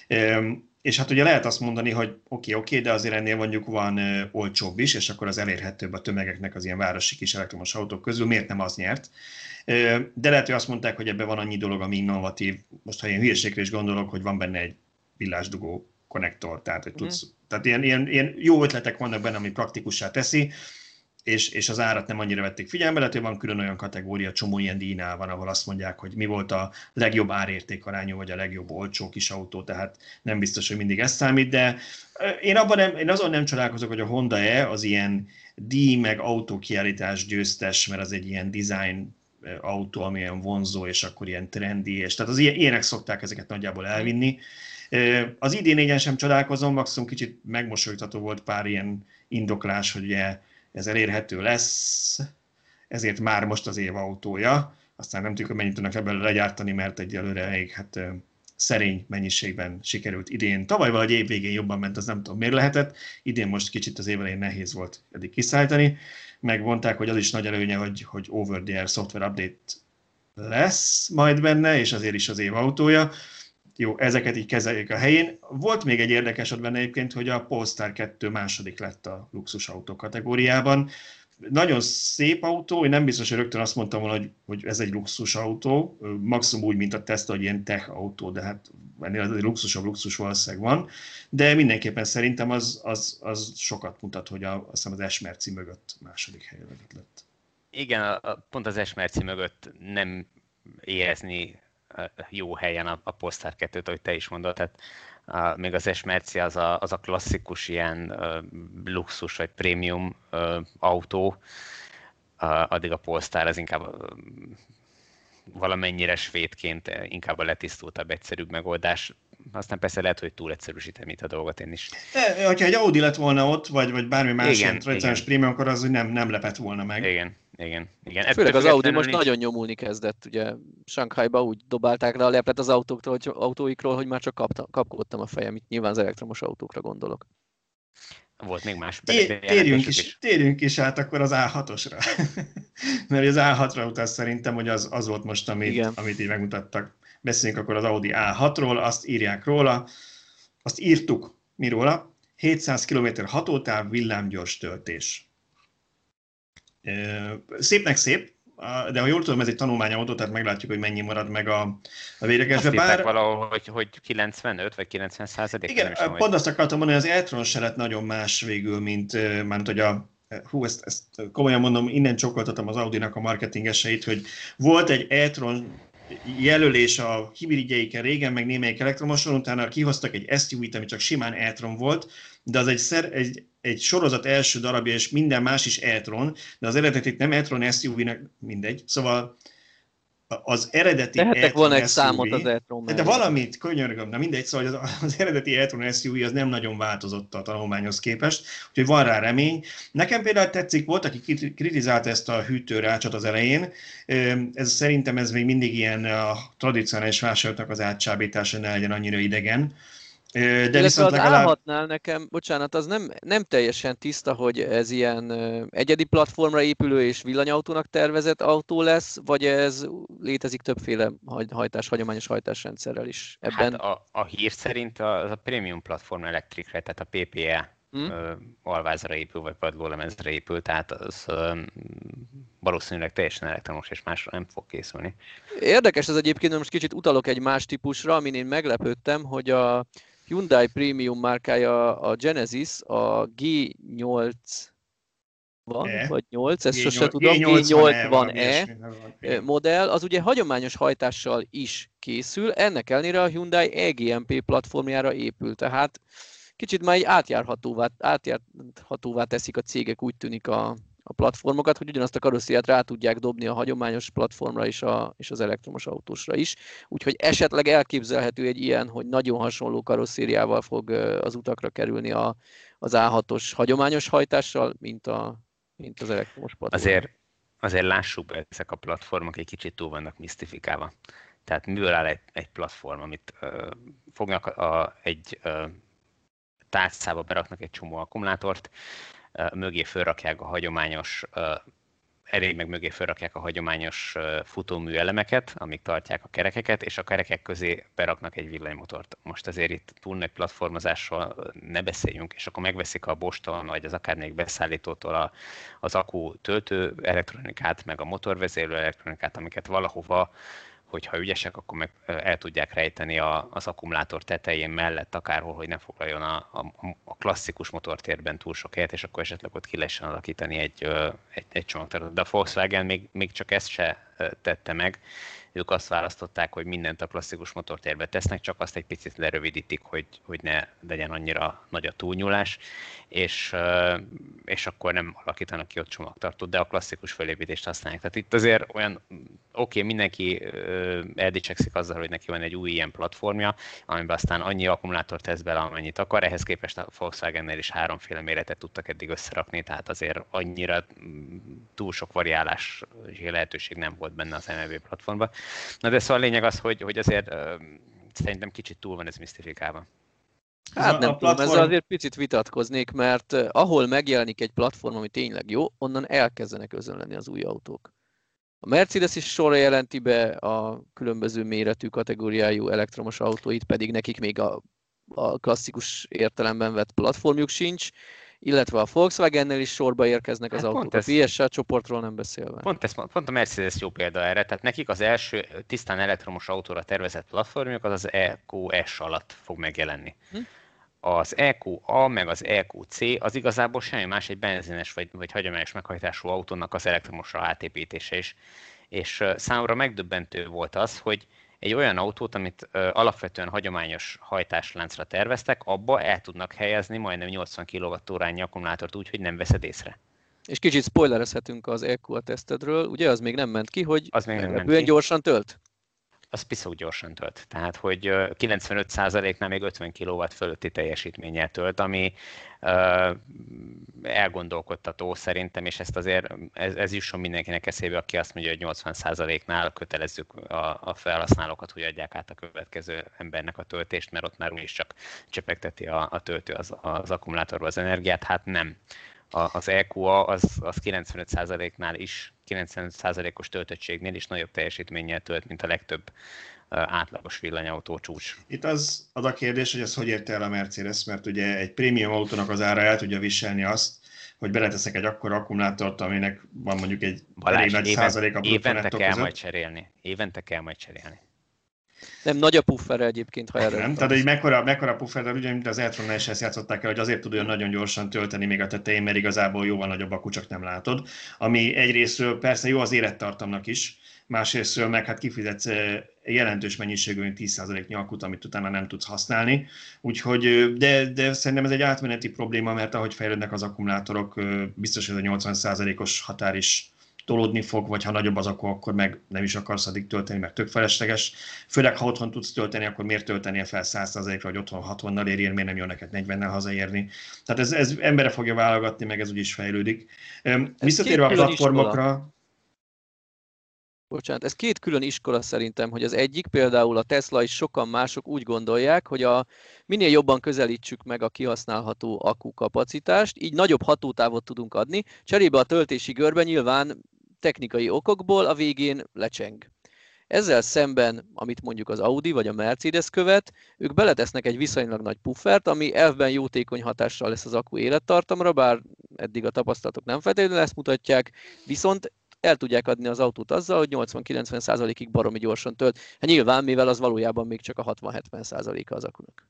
S1: És hát ugye lehet azt mondani, hogy oké, de azért ennél mondjuk van olcsóbb is, és akkor az elérhetőbb a tömegeknek az ilyen városi kis elektromos autók közül, miért nem az nyert? De lehet, hogy azt mondták, hogy ebben van annyi dolog, ami innovatív. Most, ha ilyen hülyeségre is gondolok, hogy van benne egy villásdugó konnektor, tehát hogy tudsz, tehát ilyen jó ötletek vannak benne, ami praktikussá teszi, és az árat nem annyira vették figyelembe, lehet, hogy van külön olyan kategória, csomó ilyen díjnál van, ahol azt mondják, hogy mi volt a legjobb árértékarányú, vagy a legjobb olcsó kis autó, tehát nem biztos, hogy mindig ez számít, de én azon nem csodálkozok, hogy a Honda E az ilyen díj meg autókiállítás győztes, mert az egy ilyen design autó, ami ilyen vonzó, és akkor ilyen trendi, és tehát az ilyenek szokták ezeket nagyjából elvinni. Az ID4-en sem csodálkozom, maximum kicsit megmosolyogtató volt pár ilyen indoklás, hogy ugye ez elérhető lesz, ezért már most az év autója, aztán nem tudjuk, hogy mennyit tudnak ebből legyártani, mert egyelőre elég szerény mennyiségben sikerült idén. Tavaly valahogy év végén jobban ment, az nem tudom miért lehetett. Idén most kicsit az év elején nehéz volt eddig kiszállítani. Megmondták, hogy az is nagy előnye, hogy over-the-air software update lesz majd benne, és azért is az év autója. Jó, ezeket így kezeljék a helyén. Volt még egy érdekes benne egyébként, hogy a Polestar 2 második lett a luxusautó kategóriában. Nagyon szép autó, én nem biztos, hogy rögtön azt mondtam volna, hogy ez egy luxusautó, maximum úgy, mint a Tesla, hogy ilyen tech autó, de hát ennél az egy luxus valószínűleg van, de mindenképpen szerintem az sokat mutat, hogy azt hiszem az S-merci mögött második helyen lett.
S3: Igen, pont az S-merci mögött nem érezni jó helyen a Polestar 2-t, ahogy te is mondod, tehát még az S-merci az a klasszikus ilyen luxus vagy prémium autó, addig a Polestar az inkább valamennyire svédként inkább a letisztultabb, egyszerűbb megoldás. Aztán persze lehet, hogy túl egyszerűsítem itt a dolgot én is.
S1: Hogyha egy Audi lett volna ott, vagy bármi más ilyen tradicionális prémium, akkor az nem lepett volna meg.
S3: Igen.
S2: Főleg az Audi most nagyon nyomulni kezdett, ugye Shanghaiba úgy dobálták le a leplet az autóikról, hogy már csak kapkodtam a fejem, itt nyilván az elektromos autókra gondolok.
S3: Volt még más.
S1: Térjünk is át akkor az A6-osra. Mert az A6-ra utaz szerintem, hogy az volt most, amit így megmutattak. Beszéljünk akkor az Audi A6-ról, azt írják róla, azt írtuk mi róla, 700 km hatótáv, villámgyors töltés. Szépnek szép, de ha jól tudom, ez egy tanulmányautó, tehát meglátjuk, hogy mennyi marad meg a véglegesbe.
S3: Bár valahol, hogy 95 vagy 90%.
S1: Igen, pont azt akartam mondani, hogy az e-tron se lett nagyon más végül, mint hogy ezt komolyan mondom, innen csokoltatom az Audinak a marketingeseit, hogy volt egy e-tron jelölés a hibridjeiken régen, meg némelyik elektromoson, utána kihoztak egy SUV-t, ami csak simán e-tron volt, de az egy sorozat első darabja, és minden más is e-tron, de az eredetit nem e-tron SUV-nek, mindegy. Szóval az eredeti
S2: tehetek volna egy
S1: SUV,
S2: számot az e-tron
S1: de valamit, könyörgöm, na mindegy, szóval az eredeti e-tron SUV az nem nagyon változott a tanulmányhoz képest, úgyhogy van rá remény. Nekem például tetszik, volt, aki kritizálta ezt a hűtőrácsot az elején, szerintem ez még mindig ilyen a tradicionális vásárlóknak az átcsábítása, ne legyen annyira idegen.
S2: De viszont az A6-nál nekem, bocsánat, az nem teljesen tiszta, hogy ez ilyen egyedi platformra épülő és villanyautónak tervezett autó lesz, vagy ez létezik többféle hagyományos hajtásrendszerrel is ebben?
S3: Hát a hír szerint az a Premium Platform Electricre, tehát a PPE alvázra épül, vagy padlólemezre épül, tehát az valószínűleg teljesen elektromos, és másra nem fog készülni.
S2: Érdekes ez egyébként, mert most kicsit utalok egy más típusra, amin én meglepődtem, hogy a Hyundai Premium márkája a Genesis, a G8 vagy 8, ezt sose tudom, G80E modell, az ugye hagyományos hajtással is készül, ennek ellenére a Hyundai EGMP platformjára épül, tehát kicsit már átjárhatóvá teszik a cégek, úgy tűnik a platformokat, hogy ugyanazt a karosszériát rá tudják dobni a hagyományos platformra és az elektromos autósra is. Úgyhogy esetleg elképzelhető egy ilyen, hogy nagyon hasonló karosszériával fog az utakra kerülni az A6-os hagyományos hajtással, mint az elektromos platform.
S3: Azért lássuk be, ezek a platformok egy kicsit túl vannak misztifikálva. Tehát miből áll egy platform, amit fognak egy tárcába beraknak egy csomó akkumulátort, mögé fölrakják a hagyományos futómű elemeket, amik tartják a kerekeket, és a kerekek közé beraknak egy villanymotort. Most azért itt túl nagy platformozásról ne beszéljünk, és akkor megveszik a Bosch-tól, vagy az akármelyik beszállítótól az akku töltő elektronikát, meg a motorvezérlő elektronikát, amiket valahova, hogyha ügyesek, akkor meg el tudják rejteni az akkumulátor tetején mellett akárhol, hogy ne foglaljon a klasszikus motortérben túl sok helyet, és akkor esetleg ott ki lehessen alakítani egy csomagtartót. De a Volkswagen még csak ezt se tette meg. Ők azt választották, hogy mindent a klasszikus motortérbe tesznek, csak azt egy picit lerövidítik, hogy ne legyen annyira nagy a túlnyúlás, és akkor nem alakítanak ki ott csomagtartót, de a klasszikus fölépítést használják. Tehát itt azért olyan, mindenki eldicsekszik azzal, hogy neki van egy új ilyen platformja, amiben aztán annyi akkumulátort tesz bele, amennyit akar. Ehhez képest a Volkswagennél is háromféle méretet tudtak eddig összerakni, tehát azért annyira túl sok variálási lehetőség nem volt volt benne az MEB platformban. Na de szóval a lényeg az, hogy azért szerintem kicsit túl van ez misztifikálva.
S2: Hát nem tudom, ezzel azért picit vitatkoznék, mert ahol megjelenik egy platform, ami tényleg jó, onnan elkezdenek özönleni az új autók. A Mercedes is sorra jelenti be a különböző méretű kategóriájú elektromos autóit, pedig nekik még a klasszikus értelemben vett platformjuk sincs, illetve a Volkswagen-nel is sorba érkeznek az autók, a PSA csoportról nem beszélve.
S3: Pont a Mercedes jó példa erre, tehát nekik az első tisztán elektromos autóra tervezett platformjuk az EQS alatt fog megjelenni. Az EQA meg az EQC az igazából semmi más, egy benzines vagy hagyományos meghajtású autónak az elektromosra átépítése is. És számomra megdöbbentő volt az, hogy egy olyan autót, amit alapvetően hagyományos hajtásláncra terveztek, abba el tudnak helyezni majdnem 80 kWh-nyi akkumulátort úgy, hogy nem veszed észre.
S2: És kicsit spoilerezhetünk az EQA tesztedről, ugye az még nem ment ki, hogy
S3: meglepően
S2: gyorsan tölt?
S3: Az piszok gyorsan tölt. Tehát, hogy 95%-nál még 50 kW fölötti teljesítménnyel tölt, ami elgondolkodtató szerintem, és ezt azért ez jusson mindenkinek eszébe, aki azt mondja, hogy 80%-nál kötelezzük a felhasználókat, hogy adják át a következő embernek a töltést, mert ott már úgyis csak csepegteti a töltő az akkumulátorba az energiát. Hát nem. Az EQA az 95%-nál is, 95%-os töltöttségnél is nagyobb teljesítménnyel tölt, mint a legtöbb átlagos villanyautó csúcs.
S1: Itt az a kérdés, hogy ezt hogy érte el a Mercedes, mert ugye egy prémium autónak az ára el tudja viselni azt, hogy beleteszek egy akkora akkumulátort, aminek van mondjuk egy elég nagy százalék a bruttó nettó között.
S3: Évente kell majd cserélni.
S2: Nem, nagy a puffer egyébként, ha erre.
S1: Nem, tehát egy mekkora puffer, de ugye, mint az e-tronnál is ezt játszották el, hogy azért tud olyan nagyon gyorsan tölteni még a tetején, mert igazából jóval nagyobb akku, csak nem látod. Ami egyrésztről persze jó az élettartamnak is, másrésztről meg hát kifizetsz jelentős mennyiségű 10%-nyi akkut, amit utána nem tudsz használni. Úgyhogy, de szerintem ez egy átmeneti probléma, mert ahogy fejlődnek az akkumulátorok, biztos, hogy a 80%-os határ is tolódni fog, vagy ha nagyobb az akku, akkor meg nem is akarsz addig tölteni, mert tök felesleges. Főleg, ha otthon tudsz tölteni, akkor miért töltenie fel 100%-ra, hogy otthon 60-nal érjen, miért nem jön neked 40-nel hazaérni. Tehát ez emberre fogja válogatni, meg ez úgyis fejlődik. Visszatérve a platformokra...
S2: Bocsánat, ez két külön iskola szerintem, hogy az egyik például a Tesla és sokan mások úgy gondolják, hogy minél jobban közelítsük meg a kihasználható akkukapacitást, így nagyobb hatótávot tudunk adni, cserébe a töltési görbe nyilván technikai okokból a végén lecseng. Ezzel szemben, amit mondjuk az Audi vagy a Mercedes követ, ők beletesznek egy viszonylag nagy puffert, ami elvben jótékony hatással lesz az akku élettartamra, bár eddig a tapasztalatok nem feltétlenül ezt mutatják, viszont el tudják adni az autót azzal, hogy 80-90%-ig baromi gyorsan tölt. Hát nyilván, mivel az valójában még csak a 60-70%-a az akkunak.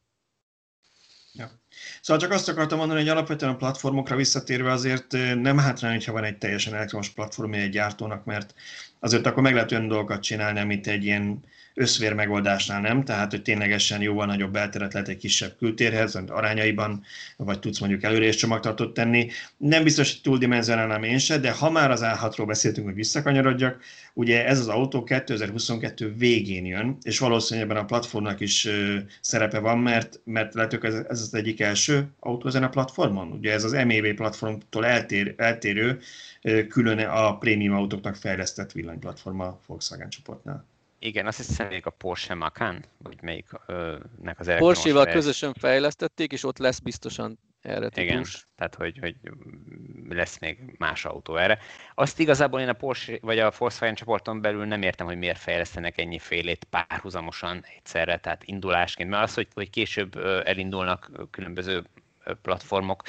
S1: Ja. Szóval csak azt akartam mondani, hogy alapvetően a platformokra visszatérve azért nem hátrány, hogyha van egy teljesen elektromos platformja egy gyártónak, mert azért akkor meg lehet olyan dolgokat csinálni, amit egy ilyen összvér megoldásnál nem, tehát hogy ténylegesen jóval nagyobb belteret lehet egy kisebb kültérhez, arányaiban, vagy tudsz mondjuk előre és csomagtartót tenni. Nem biztos, hogy túldimenzionálnám én se, de ha már az A6-ról beszéltünk, hogy visszakanyarodjak, ugye ez az autó 2022 végén jön, és valószínűleg ebben a platformnak is szerepe van, mert lehetőleg ez az egyik első autó ezen a platformon. Ugye ez az MEB platformtól eltérő, külön a prémium autóknak fejlesztett villanyplatforma a Volkswagen csoportnál.
S3: Igen, azt hiszem, hogy a Porsche Macan, vagy melyiknek az elektromos...
S2: Porsche-val közösen fejlesztették, és ott lesz biztosan erre típus.
S3: Igen, tehát hogy lesz még más autó erre. Azt igazából én a Porsche vagy a Volkswagen csoporton belül nem értem, hogy miért fejlesztenek ennyi félét párhuzamosan egyszerre, tehát indulásként. Mert az, hogy később elindulnak különböző platformok,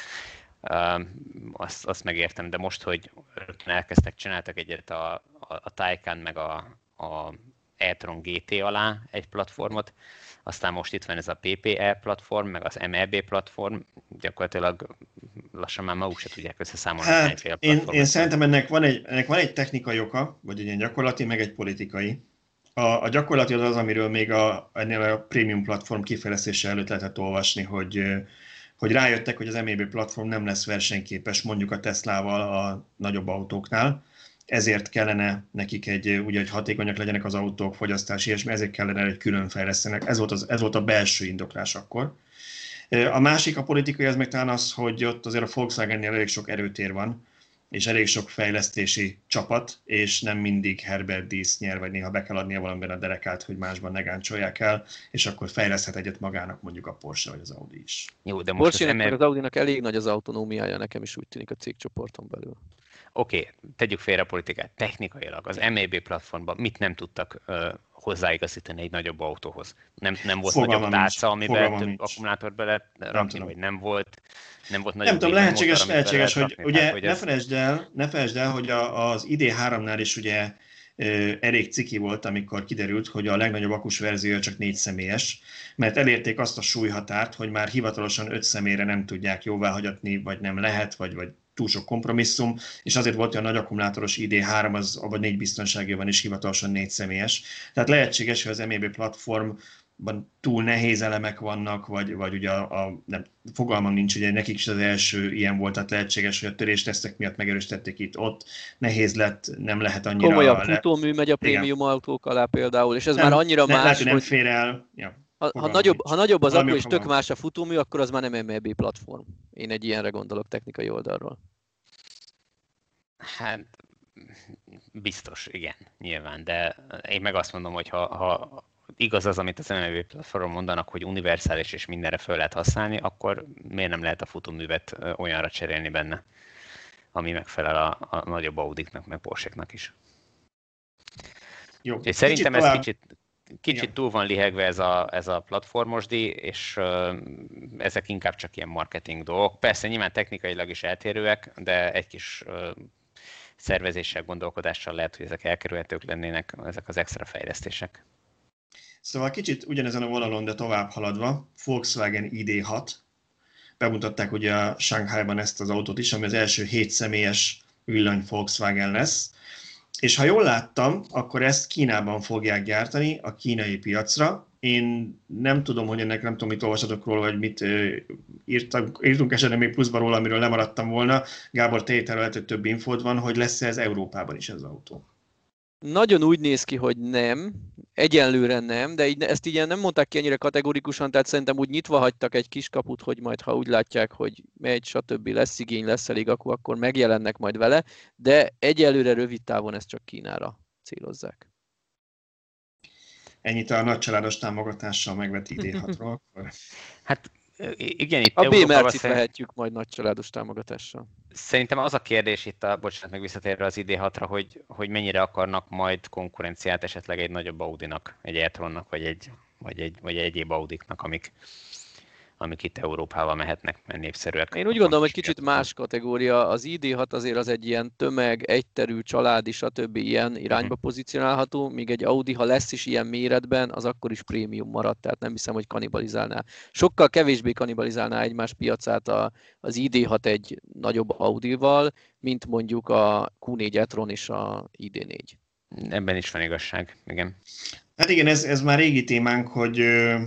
S3: azt megértem, de most, hogy rögtön elkezdtek, csináltak egyet a Taycan meg a e-tron GT alá egy platformot, aztán most itt van ez a PPE platform, meg az MEB platform, gyakorlatilag lassan már maguk se tudják összeszámolni.
S1: Hát, én szerintem ennek van egy technikai oka, vagy egy ilyen gyakorlati, meg egy politikai. A gyakorlati az, amiről még ennél a prémium platform kifejlesztése előtt lehetett olvasni, hogy rájöttek, hogy az MEB platform nem lesz versenyképes mondjuk a Teslával a nagyobb autóknál, ezért kellene nekik ugye, hogy hatékonyak legyenek az autók, fogyasztási, és ezért kellene egy külön fejlesztenek. Ez volt a belső indoklás akkor. A másik, a politikai, az meg talán az, hogy ott azért a Volkswagennél elég sok erőtér van, és elég sok fejlesztési csapat, és nem mindig Herbert Diess nyer, vagy néha be kell adnia valamiben a derekát, hogy másban ne gáncsolják el, és akkor fejleszthet egyet magának mondjuk a Porsche vagy az Audi is.
S3: Jó, de most
S2: Porsche-nek meg az Audinak elég nagy az autonómiája, nekem is úgy tűnik a cégcsoporton belül.
S3: Oké, tegyük félre a politikát. Technikailag az MAB platformban mit nem tudtak hozzáigazítani egy nagyobb autóhoz? Nem volt
S1: Fogalmam
S3: nagyobb tárca, amiben több
S1: nincs.
S3: akkumulátort be lehet rakni, vagy nem volt nagyobb
S1: Nem tudom, lehetséges, hogy
S3: rakni,
S1: ugye
S3: hogy
S1: ne felejtsd el, hogy az ID3-nál is ugye elég ciki volt, amikor kiderült, hogy a legnagyobb akus verziója csak 4 személyes, mert elérték azt a súlyhatárt, hogy már hivatalosan 5 személyre nem tudják jóváhagyatni, vagy nem lehet, vagy túl sok kompromisszum, és azért volt olyan nagy akkumulátoros ID3, az abban 4 biztonságban is hivatalosan 4 személyes. Tehát lehetséges, hogy az MAB platformban túl nehéz elemek vannak, vagy ugye nem, fogalmam nincs, ugye nekik is az első ilyen volt, tehát lehetséges, hogy a töréstesztek miatt megerősítették itt-ott, nehéz lett, nem lehet annyira...
S2: Komolyabb futómű megy a prémium autók alá például, és ez
S1: nem,
S2: már annyira más,
S1: lehet, hogy nem fér el. Ja,
S2: ha nagyobb az akku és tök más a futómű, akkor az már nem MLB platform. Én egy ilyenre gondolok technikai oldalról.
S3: Hát biztos, igen, nyilván, de én meg azt mondom, hogy ha igaz az, amit az MLB platformon mondanak, hogy univerzális és mindenre föl lehet használni, akkor miért nem lehet a futóművet olyanra cserélni benne, ami megfelel a nagyobb Audiknak, meg Porsche-knak is.
S1: Jó.
S3: És szerintem ez kicsit túl van lihegve ez a platformos díj, és ezek inkább csak ilyen marketing dolgok. Persze nyilván technikailag is eltérőek, de egy kis szervezéssel, gondolkodással lehet, hogy ezek elkerülhetők lennének, ezek az extra fejlesztések.
S1: Szóval kicsit ugyanezen a vonalon, de tovább haladva, Volkswagen ID6. Bemutatták ugye a Shanghai-ban ezt az autót is, ami az első 7 személyes villany Volkswagen lesz. És ha jól láttam, akkor ezt Kínában fogják gyártani a kínai piacra. Én nem tudom, hogy ennek nem tudom, mit olvasatok róla, vagy mit írtunk esetleg még pluszban róla, amiről lemaradtam volna. Gábor, te lehet, hogy több infód van, hogy lesz-e ez Európában is ez az autó?
S2: Nagyon úgy néz ki, hogy nem, egyenlőre nem, de ezt így nem mondták ki ennyire kategorikusan, tehát szerintem úgy nyitva hagytak egy kiskaput, hogy majd ha úgy látják, hogy megy, stb. Lesz igény, lesz elég akku, akkor megjelennek majd vele, de egyelőre rövid távon ezt csak Kínára célozzák.
S1: Ennyit a nagycsaládos támogatással megvett ID6-ról.
S3: Hát igen, itt
S2: a B-mercit vehetjük majd nagycsaládos támogatással.
S3: Szerintem az a kérdés itt, bocsánat, meg visszatérve az ID6-ra, hogy mennyire akarnak majd konkurenciát esetleg egy nagyobb Audinak, egy e-tronnak, vagy egyéb Audiknak, amik itt Európával mehetnek, mert népszerűek.
S2: Én úgy gondolom, hogy kicsit más kategória. Az ID6 azért az egy ilyen tömeg, egyterű, családi, stb. Ilyen irányba pozícionálható, míg egy Audi, ha lesz is ilyen méretben, az akkor is prémium marad, tehát nem hiszem, hogy kannibalizálná. Sokkal kevésbé kannibalizálná egymás piacát az ID6 egy nagyobb Audival, mint mondjuk a Q4 e-tron és a ID4.
S3: Ebben is van igazság, igen.
S1: Hát igen, ez már régi témánk, hogy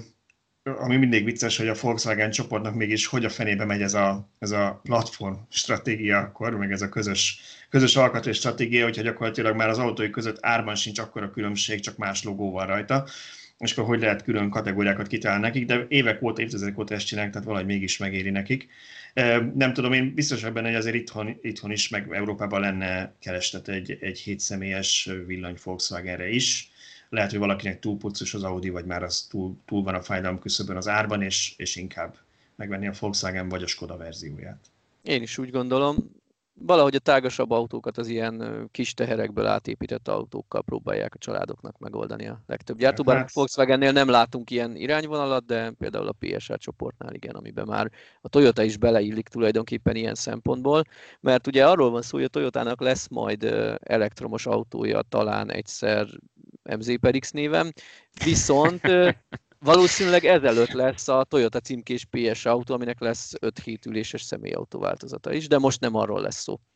S1: ami mindig vicces, hogy a Volkswagen csoportnak mégis hogy a fenébe megy ez a platform stratégia akkor, meg ez a közös alkatrész stratégia, hogyha gyakorlatilag már az autói között árban sincs akkora különbség, csak más logó van rajta, és akkor hogy lehet külön kategóriákat kitalálni nekik, de évek óta, évtizedek óta ezt csinálják, tehát valahogy mégis megéri nekik. Nem tudom, én biztos vagyok benne, hogy azért itthon is, meg Európában lenne kereslet egy 7 személyes villany Volkswagenre is. Lehet, hogy valakinek túl puccos az Audi, vagy már az túl van a fájdalom küszöbön az árban, és inkább megvenni a Volkswagen vagy a Skoda verzióját.
S2: Én is úgy gondolom. Valahogy a tágasabb autókat az ilyen kis teherekből átépített autókkal próbálják a családoknak megoldani a legtöbb gyártó. Bár a Volkswagennél nem látunk ilyen irányvonalat, de például a PSA csoportnál igen, amiben már a Toyota is beleillik tulajdonképpen ilyen szempontból, mert ugye arról van szó, hogy a Toyotának lesz majd elektromos autója talán egyszer MZ per X néven, viszont valószínűleg ezelőtt lesz a Toyota címkés PSA autó, aminek lesz 5-7 üléses személyautó változata is, de most nem arról lesz szó.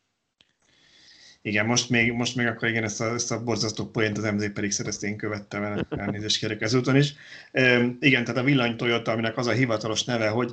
S1: Igen, most még akkor igen, ezt a borzasztó poént az MZ per X-et, ezt én követtem, elnézést kérek ezúton is. Igen, tehát a villany Toyota, aminek az a hivatalos neve, hogy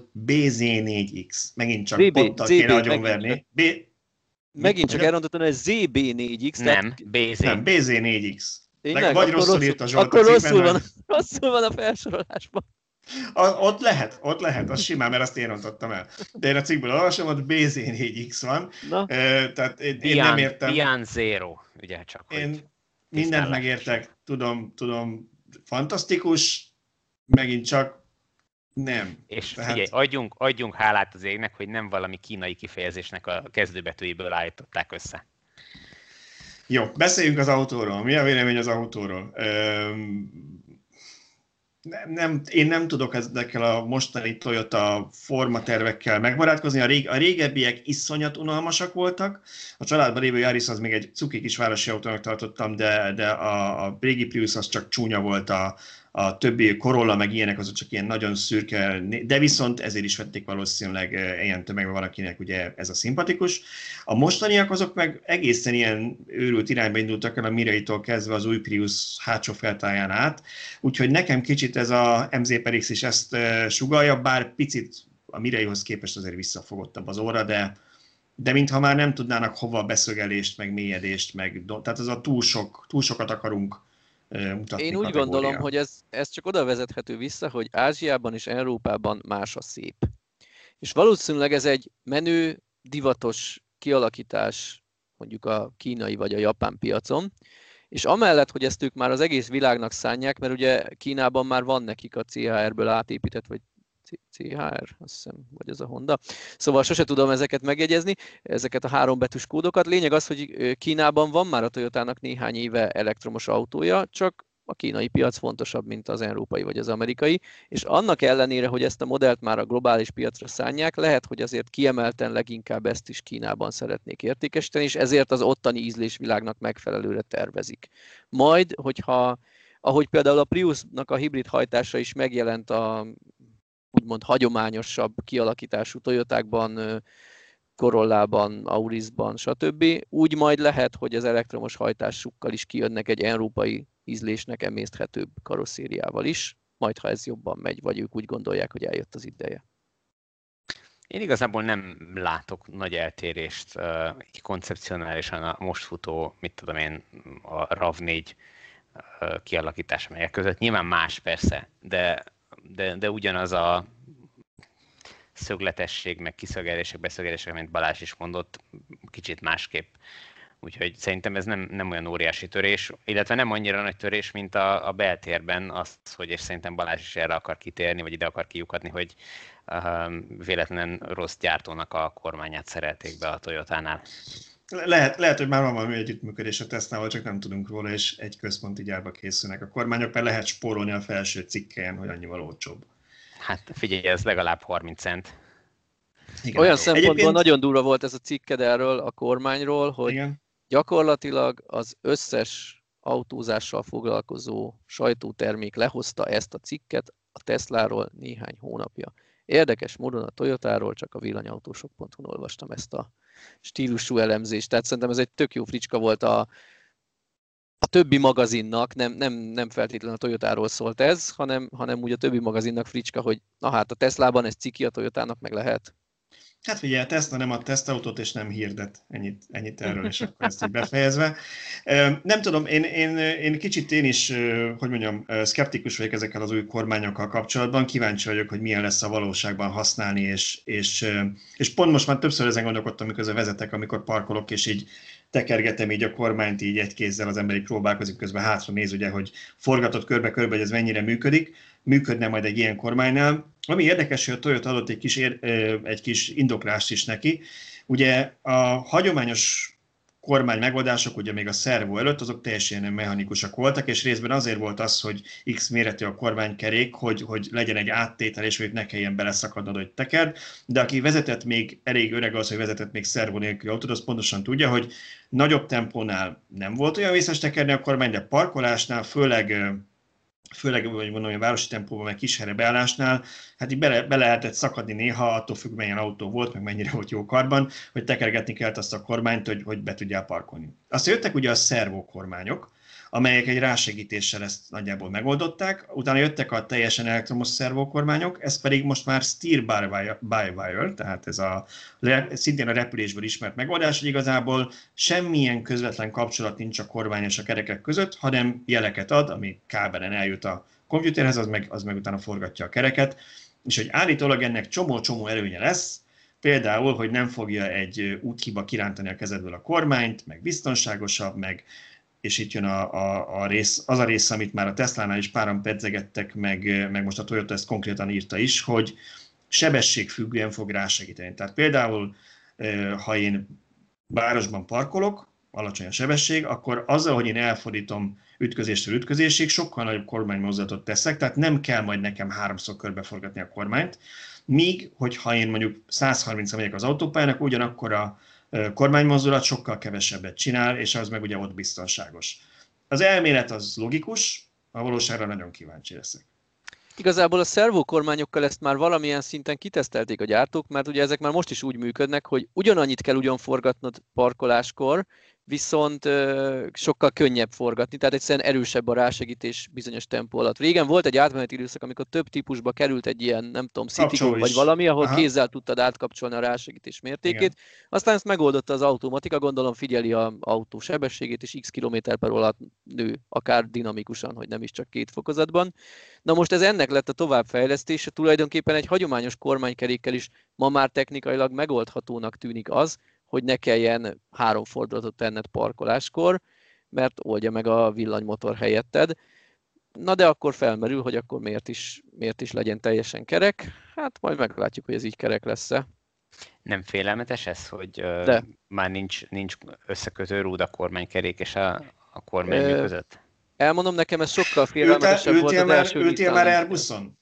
S1: BZ4X. Megint csak ponttal kéne agyonverni.
S2: Megint csak elrontottam, hogy ZB4X.
S3: Nem, BZ.
S1: Nem, BZ4X.
S2: Tényleg?
S1: Vagy rosszul írt a Zsolt
S2: akkor rosszul van a felsorolásban.
S1: Ott lehet, az simán, mert azt én rontottam el. De én a cikkből olvasom, ott BZ4X van,
S2: Na,
S1: tehát én nem értem.
S3: Beyond Zero, ugye csak, hogy
S1: Én mindent
S3: tisztán
S1: megértek, tudom, fantasztikus, megint csak nem.
S3: És
S1: Tehát,
S3: figyelj, adjunk hálát az égnek, hogy nem valami kínai kifejezésnek a kezdőbetűiből állították össze.
S1: jó, beszéljünk az autóról. Mi a vélemény az autóról? Én nem tudok ezekkel a mostani Toyota formatervekkel megbarátkozni. A régebbiek iszonyat unalmasak voltak. A családban lévő Yaris az még egy cuki kis városi autónak tartottam, de a régi Prius az csak csúnya volt, a többi Corolla meg ilyenek azok csak ilyen nagyon szürke, de viszont ezért is vették valószínűleg ilyen tömegben van, akinek ugye ez a szimpatikus. A mostaniak azok meg egészen ilyen őrült irányba indultak el a Mirai-tól kezdve az új Prius hátsó feltáján át, úgyhogy nekem kicsit ez a MZ per X is ezt sugallja, bár picit a Miraihoz képest azért visszafogottabb az óra, de mintha már nem tudnának hova beszögelést, meg mélyedést, tehát ez a túl sokat akarunk mutatni.
S2: Én úgy gondolom, hogy ez csak oda vezethető vissza, hogy Ázsiában és Európában más a szép. És valószínűleg ez egy menő, divatos kialakítás mondjuk a kínai vagy a japán piacon, és amellett, hogy ezt ők már az egész világnak szánják, mert ugye Kínában már van nekik a CHR-ből átépített, vagy CHR, azt hiszem, vagy ez a Honda. Szóval sose tudom ezeket megjegyezni, ezeket a hárombetűs kódokat. Lényeg az, hogy Kínában van már a Toyotának néhány éve elektromos autója, csak a kínai piac fontosabb, mint az európai vagy az amerikai, és annak ellenére, hogy ezt a modellt már a globális piacra szánják, lehet, hogy azért kiemelten leginkább ezt is Kínában szeretnék értékesíteni, és ezért az ottani ízlésvilágnak megfelelőre tervezik. Majd, ahogy például a Priusnak a hibrid hajtása is megjelent a úgymond hagyományosabb kialakítású Toyotákban, Corollában, Aurisban, stb. Úgy majd lehet, hogy az elektromos hajtásukkal is kijönnek egy európai ízlésnek emészthetőbb karosszériával is, majd ha ez jobban megy, vagy ők úgy gondolják, hogy eljött az ideje.
S3: Én igazából nem látok nagy eltérést koncepcionálisan a most futó, mit tudom én, a RAV4 kialakítása melyek között. Nyilván más persze, de ugyanaz a szögletesség, meg kiszögelések, beszögelések, mint Balázs is mondott, kicsit másképp. Úgyhogy szerintem ez nem olyan óriási törés, illetve nem annyira nagy törés, mint a beltérben az, hogy és szerintem Balázs is erre akar kitérni, vagy ide akar kiukadni, hogy véletlenül rossz gyártónak a kormányát szerelték be a Toyotánál.
S1: Lehet, hogy már van valami együttműködés a Tesla-val, csak nem tudunk róla, és egy központi gyárba készülnek a kormányok, mert lehet spórolni a felső cikkelyen, hogy annyival olcsóbb.
S3: Hát figyelj, ez legalább 30 cent.
S2: Igen, olyan szempontból nagyon durva volt ez a cikked erről a kormányról, hogy igen, gyakorlatilag az összes autózással foglalkozó sajtótermék lehozta ezt a cikket a Tesláról néhány hónapja. Érdekes módon a Toyotáról csak a villanyautósok.hu-n olvastam ezt a stílusú elemzést. Tehát szerintem ez egy tök jó fricska volt a többi magazinnak, nem feltétlenül a Toyotáról szólt ez, hanem úgy a többi magazinnak fricska, hogy na hát a Teslában ez ciki, a Toyotának meg lehet.
S1: Hát figyelj, a Tesla nem ad tesztautót, és nem hirdet. Ennyit erről, és akkor ezt így befejezve. Nem tudom, én kicsit én is, hogy mondjam, szkeptikus vagyok ezekkel az új kormányokkal kapcsolatban. Kíváncsi vagyok, hogy milyen lesz a valóságban használni, és pont most már többször ezen gondolkodtam, amikor vezetek, amikor parkolok, és így tekergetem így a kormányt, így egy kézzel az ember így próbálkozik, közben hátra néz, ugye, hogy forgatott körbe-körbe, hogy ez mennyire működik. Működne majd egy ilyen kormánynál. Ami érdekes, hogy a Toyota adott egy kis indoklást is neki. Ugye a hagyományos kormány megoldások, ugye még a szervó előtt, azok teljesen mechanikusak voltak, és részben azért volt az, hogy X méretű a kormánykerék, hogy legyen egy áttétel, és hogy ne kelljen beleszakadnod, hogy tekerd. De aki vezetett még, elég öreg az, hogy vezetett még szervó nélkül autót, az pontosan tudja, hogy nagyobb tempónál nem volt olyan vészes tekerni a kormány, de parkolásnál, főleg, hogy mondom, a városi tempóban, meg kis beállásnál, hát így be lehetett szakadni néha, attól függ, milyen autó volt, meg mennyire volt jó karban, hogy tekergetni kellett azt a kormányt, hogy be tudjál parkolni. Aztán jöttek ugye a szervó kormányok, amelyek egy rásegítéssel ezt nagyjából megoldották, utána jöttek a teljesen elektromos szervókormányok, ez pedig most már steer-by-wire, tehát ez szintén a repülésből ismert megoldás, hogy igazából semmilyen közvetlen kapcsolat nincs a kormány és a kerekek között, hanem jeleket ad, ami kábelen eljut a komputerhez, az meg utána forgatja a kereket, és hogy állítólag ennek csomó-csomó előnye lesz, például, hogy nem fogja egy úthiba kirántani a kezedből a kormányt, meg biztonságosabb, és itt jön az a rész, amit már a Teslánál is páran pedzegettek, meg most a Toyota ezt konkrétan írta is, hogy sebességfüggően fog rásegíteni. Tehát például, ha én városban parkolok, alacsony a sebesség, akkor azzal, hogy én elfordítom ütközéstől ütközésig, sokkal nagyobb kormánymozdulatot teszek, tehát nem kell majd nekem 3-szor körbeforgatni a kormányt, míg, hogyha én mondjuk 130-ra megyek az autópályának, ugyanakkor a kormánymozdulat sokkal kevesebbet csinál, és az meg ugye ott biztonságos. Az elmélet az logikus, a valóságra nagyon kíváncsi leszek.
S2: Igazából a szervókormányokkal ezt már valamilyen szinten kitesztelték a gyártók, mert ugye ezek már most is úgy működnek, hogy ugyanannyit kell ugyan forgatnod parkoláskor, viszont sokkal könnyebb forgatni, tehát egyszerűen erősebb a rásegítés bizonyos tempó alatt. Régen volt egy átmeneti időszak, amikor több típusba került egy ilyen, nem tudom, Citigo vagy valami, ahol kézzel tudtad átkapcsolni a rásegítés mértékét. Igen. Aztán ezt megoldotta az automatika, gondolom figyeli az autó sebességét, és x km/h alatt nő, akár dinamikusan, hogy nem is csak 2 fokozatban. Na most ez ennek lett a továbbfejlesztése, tulajdonképpen egy hagyományos kormánykerékkel is ma már technikailag megoldhatónak tűnik az, hogy ne kelljen 3 fordulatot tenned parkoláskor, mert oldja meg a villanymotor helyetted. Na de akkor felmerül, hogy akkor miért is legyen teljesen kerek. Hát majd meglátjuk, hogy ez így kerek lesz-e.
S3: Nem félelmetes ez, hogy már nincs összekötő rúd a kormánykerék és a kormánymű között?
S2: Elmondom, nekem ez sokkal félelmetesebb volt az első
S1: Ültél már Airbuson?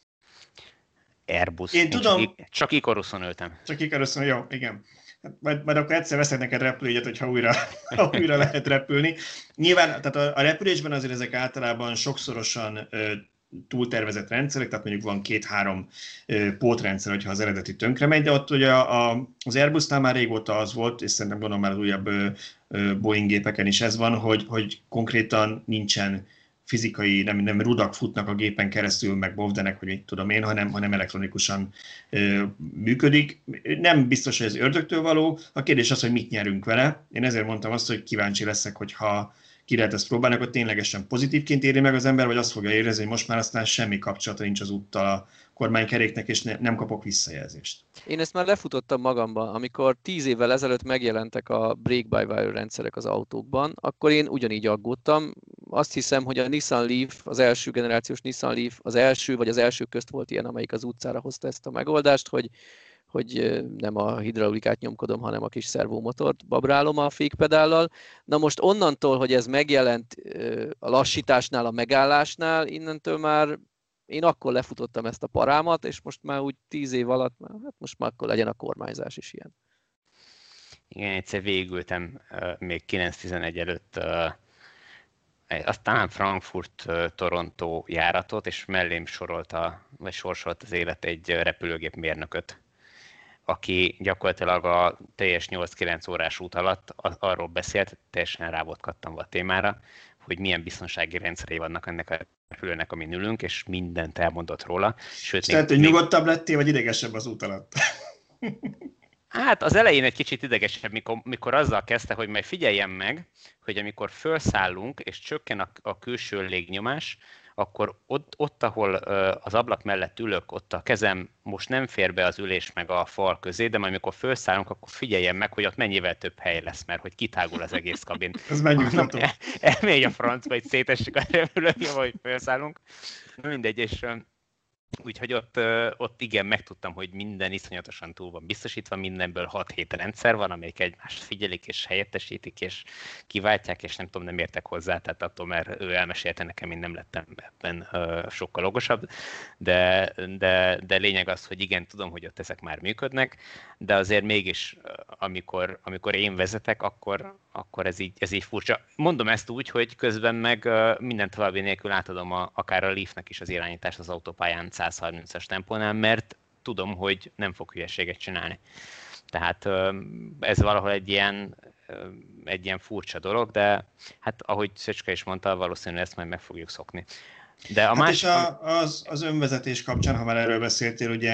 S3: Airbus.
S1: Én tudom.
S3: Csak Icaruson ültem.
S1: Csak Icaruson, jó, igen. Majd akkor egyszer veszek neked repülőjegyet, hogyha újra lehet repülni. Nyilván, tehát a repülésben azért ezek általában sokszorosan túltervezett rendszerek, tehát mondjuk van 2-3 pótrendszer, hogyha az eredeti tönkre megy, de ott ugye az Airbusnál már régóta az volt, és szerintem gondolom már az újabb Boeing gépeken is ez van, hogy konkrétan nincsen fizikai, nem rudak futnak a gépen keresztül, meg bovdenek, hogy mit tudom én, hanem elektronikusan működik. Nem biztos, hogy ez ördögtől való. A kérdés az, hogy mit nyerünk vele. Én ezért mondtam azt, hogy kíváncsi leszek, hogyha ki lehet ezt próbálni, akkor ténylegesen pozitívként éri meg az ember, vagy azt fogja érezni, hogy most már aztán semmi kapcsolata nincs az úttal a kormánykeréknek, és nem kapok visszajelzést.
S2: Én ezt már lefutottam magamban. Amikor 10 évvel ezelőtt megjelentek a brake-by-wire rendszerek az autókban, akkor én ugyanígy aggódtam. Azt hiszem, hogy a Nissan Leaf, az első generációs Nissan Leaf, az első közt volt ilyen, amelyik az utcára hozta ezt a megoldást, hogy nem a hidraulikát nyomkodom, hanem a kis szervómotort babrálom a fékpedállal. Na most onnantól, hogy ez megjelent a lassításnál, a megállásnál, innentől már én akkor lefutottam ezt a parámat, és most már úgy 10 év alatt, hát most már akkor legyen a kormányzás is ilyen.
S3: Igen, egyszer végültem még 9-11 előtt aztán Frankfurt-Toronto járatot, és mellém sorsolt az élet egy repülőgép mérnököt, aki gyakorlatilag a teljes 8-9 órás út alatt arról beszélt, teljesen rá volt kattanva a témára, hogy milyen biztonsági rendszerei vannak ennek a repülőnek, amin ülünk, és mindent elmondott róla.
S1: Sőt, tehát, hogy nyugodtabb lettél, vagy idegesebb az út alatt?
S3: Hát az elején egy kicsit idegesebb, mikor azzal kezdte, hogy majd figyeljen meg, hogy amikor felszállunk, és csökken a külső légnyomás, akkor ott, ahol az ablak mellett ülök, ott a kezem most nem fér be az ülés meg a fal közé, de majd amikor felszállunk, akkor figyeljen meg, hogy ott mennyivel több hely lesz, mert hogy kitágul az egész kabin.
S1: Ez megnyugtató.
S3: Elmegy a francba, hogy szétessük a repülőgépbe, hogy felszállunk. Mindegy, és úgyhogy ott igen, megtudtam, hogy minden iszonyatosan túl van biztosítva, mindenből 6-7 rendszer van, amelyik egymást figyelik és helyettesítik, és kiváltják, és nem tudom, nem értek hozzá, tehát attól, mert ő elmesélte nekem, én nem lettem ebben sokkal okosabb, de lényeg az, hogy igen, tudom, hogy ott ezek már működnek, de azért mégis, amikor én vezetek, akkor ez így furcsa. Mondom ezt úgy, hogy közben meg minden további nélkül átadom akár a Leafnek is az irányítást az autópályán 130-as tempónál, mert tudom, hogy nem fog hülyeséget csinálni. Tehát ez valahol egy ilyen furcsa dolog, de hát ahogy Szöcske is mondta, valószínűleg ezt majd meg fogjuk szokni.
S1: De a és az önvezetés kapcsán, ha már erről beszéltél, ugye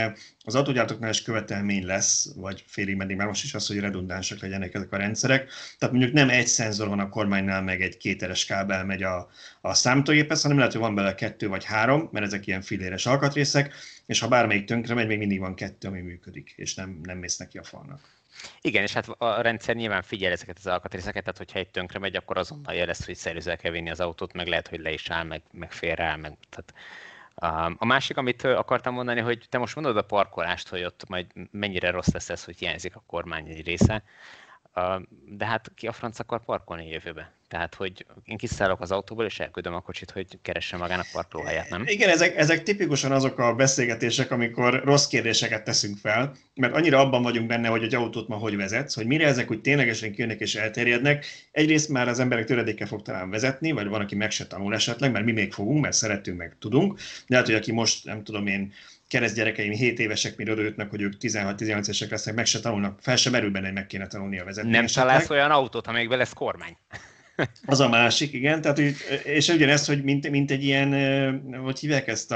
S1: az autógyártóknál is követelmény lesz, vagy félig meddig már most is az, hogy redundánsak legyenek ezek a rendszerek. Tehát mondjuk nem egy szenzor van a kormánynál, meg egy kéteres kábel megy a számítógéphez, hanem lehet, hogy van belőle 2 vagy 3, mert ezek ilyen filéres alkatrészek, és ha bármelyik tönkre megy, még mindig van 2, ami működik, és nem mész neki a falnak.
S3: Igen, és hát a rendszer nyilván figyel ezeket az alkatrészeket, tehát hogyha egy tönkre megy, akkor azonnal jelez, hogy szerűzzel kell vinni az autót, meg lehet, hogy le is áll, meg félreáll, meg tehát a másik, amit akartam mondani, hogy te most mondod a parkolást, hogy ott majd mennyire rossz lesz ez, hogy hiányzik a kormány egy része, de hát ki a franc akar parkolni jövőbe? Tehát, hogy én kiszállok az autóból, és elküldöm a kocsit, hogy keressen magának parkolóhelyet, nem?
S1: Igen, ezek tipikusan azok a beszélgetések, amikor rossz kérdéseket teszünk fel, mert annyira abban vagyunk benne, hogy egy autót ma hogy vezetsz, hogy mire ezek úgy ténylegesen kijönnek és elterjednek. Egyrészt már az emberek töredéke fog talán vezetni, vagy van, aki meg se tanul esetleg, mert mi még fogunk, mert szeretünk, meg tudunk. De lehet, hogy aki most, nem tudom én, keresztgyerekeim 7 évesek, mire odaütnek, hogy ők 16-18 évesek lesznek, meg se tanulnak, fel sem merül benne, hogy meg kéne tanulni a vezetni.
S3: Nem találsz olyan autót, amelyikben lesz kormány.
S1: Az a másik, igen, tehát, és ugyanezt, hogy mint egy ilyen, hogy hívják ezt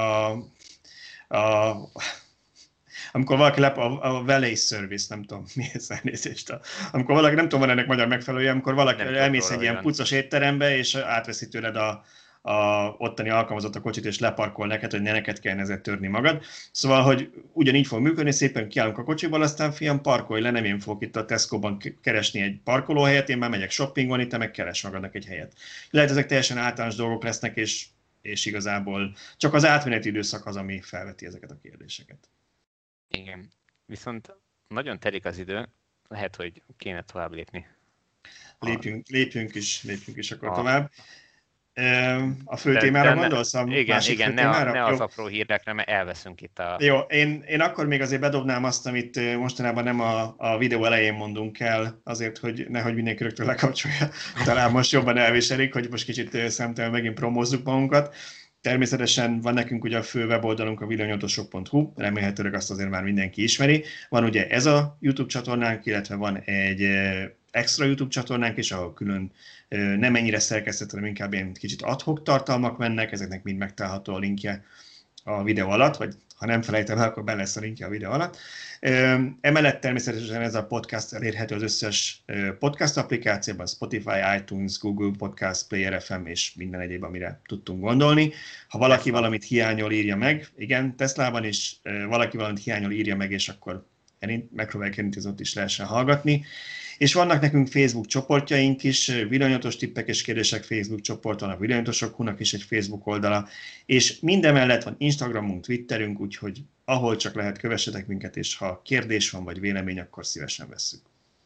S1: amikor valaki a valet service, nem tudom, mi ez elnézést, amikor valaki, nem tudom, van ennek magyar megfelelője, amikor valaki elmész egy ilyen puccos étterembe, és átveszi tőled a ottani alkalmazott a kocsit, és leparkol neked, hogy ne neked kellene ezzel törni magad. Szóval, hogy ugyanígy fog működni, szépen kiállunk a kocsiból, aztán fiam, parkolj le, nem én fogok itt a Tesco-ban keresni egy parkolóhelyet, én már megyek shoppingolni, te meg keres magadnak egy helyet. Lehet, ezek teljesen általános dolgok lesznek, és igazából csak az átmeneti időszak az, ami felveti ezeket a kérdéseket.
S3: Igen, viszont nagyon telik az idő, lehet, hogy kéne tovább lépni.
S1: Lépjünk is akkor tovább. A fő témára gondolsz?
S3: Igen, ne az apró hírekre, mert elveszünk itt a...
S1: Jó, én akkor még azért bedobnám azt, amit mostanában nem a videó elején mondunk el, azért, hogy nehogy mindenki rögtön lekapcsolja. Talán most jobban elviselik, hogy most kicsit szemtelen megint promózzuk magunkat. Természetesen van nekünk ugye a fő weboldalunk, a villanyautósok.hu, remélhetőleg azt azért már mindenki ismeri. Van ugye ez a YouTube csatornánk, illetve van egy extra YouTube csatornánk is, ahol külön nem ennyire szerkesztett, hanem inkább ilyen kicsit ad hoc tartalmak mennek, ezeknek mind megtalálható a linkje a videó alatt, vagy ha nem felejtem el, akkor benne lesz a linkje a videó alatt. Emellett természetesen ez a podcast elérhető az összes podcast applikációban, Spotify, iTunes, Google Podcast, Player FM és minden egyéb, amire tudtunk gondolni. Ha valaki valamit hiányol, írja meg. Igen, Teslában is valaki valamit hiányol, írja meg, és akkor megpróbáljuk elindítani, hogy ott is lehessen hallgatni. És vannak nekünk Facebook csoportjaink is, villanyatos tippek és kérdések Facebook csoport, van a villanyatosok.hu-nak is egy Facebook oldala, és mindemellett van Instagramunk, Twitterünk, úgyhogy ahol csak lehet, kövessetek minket, és ha kérdés van, vagy vélemény, akkor szívesen vesszük.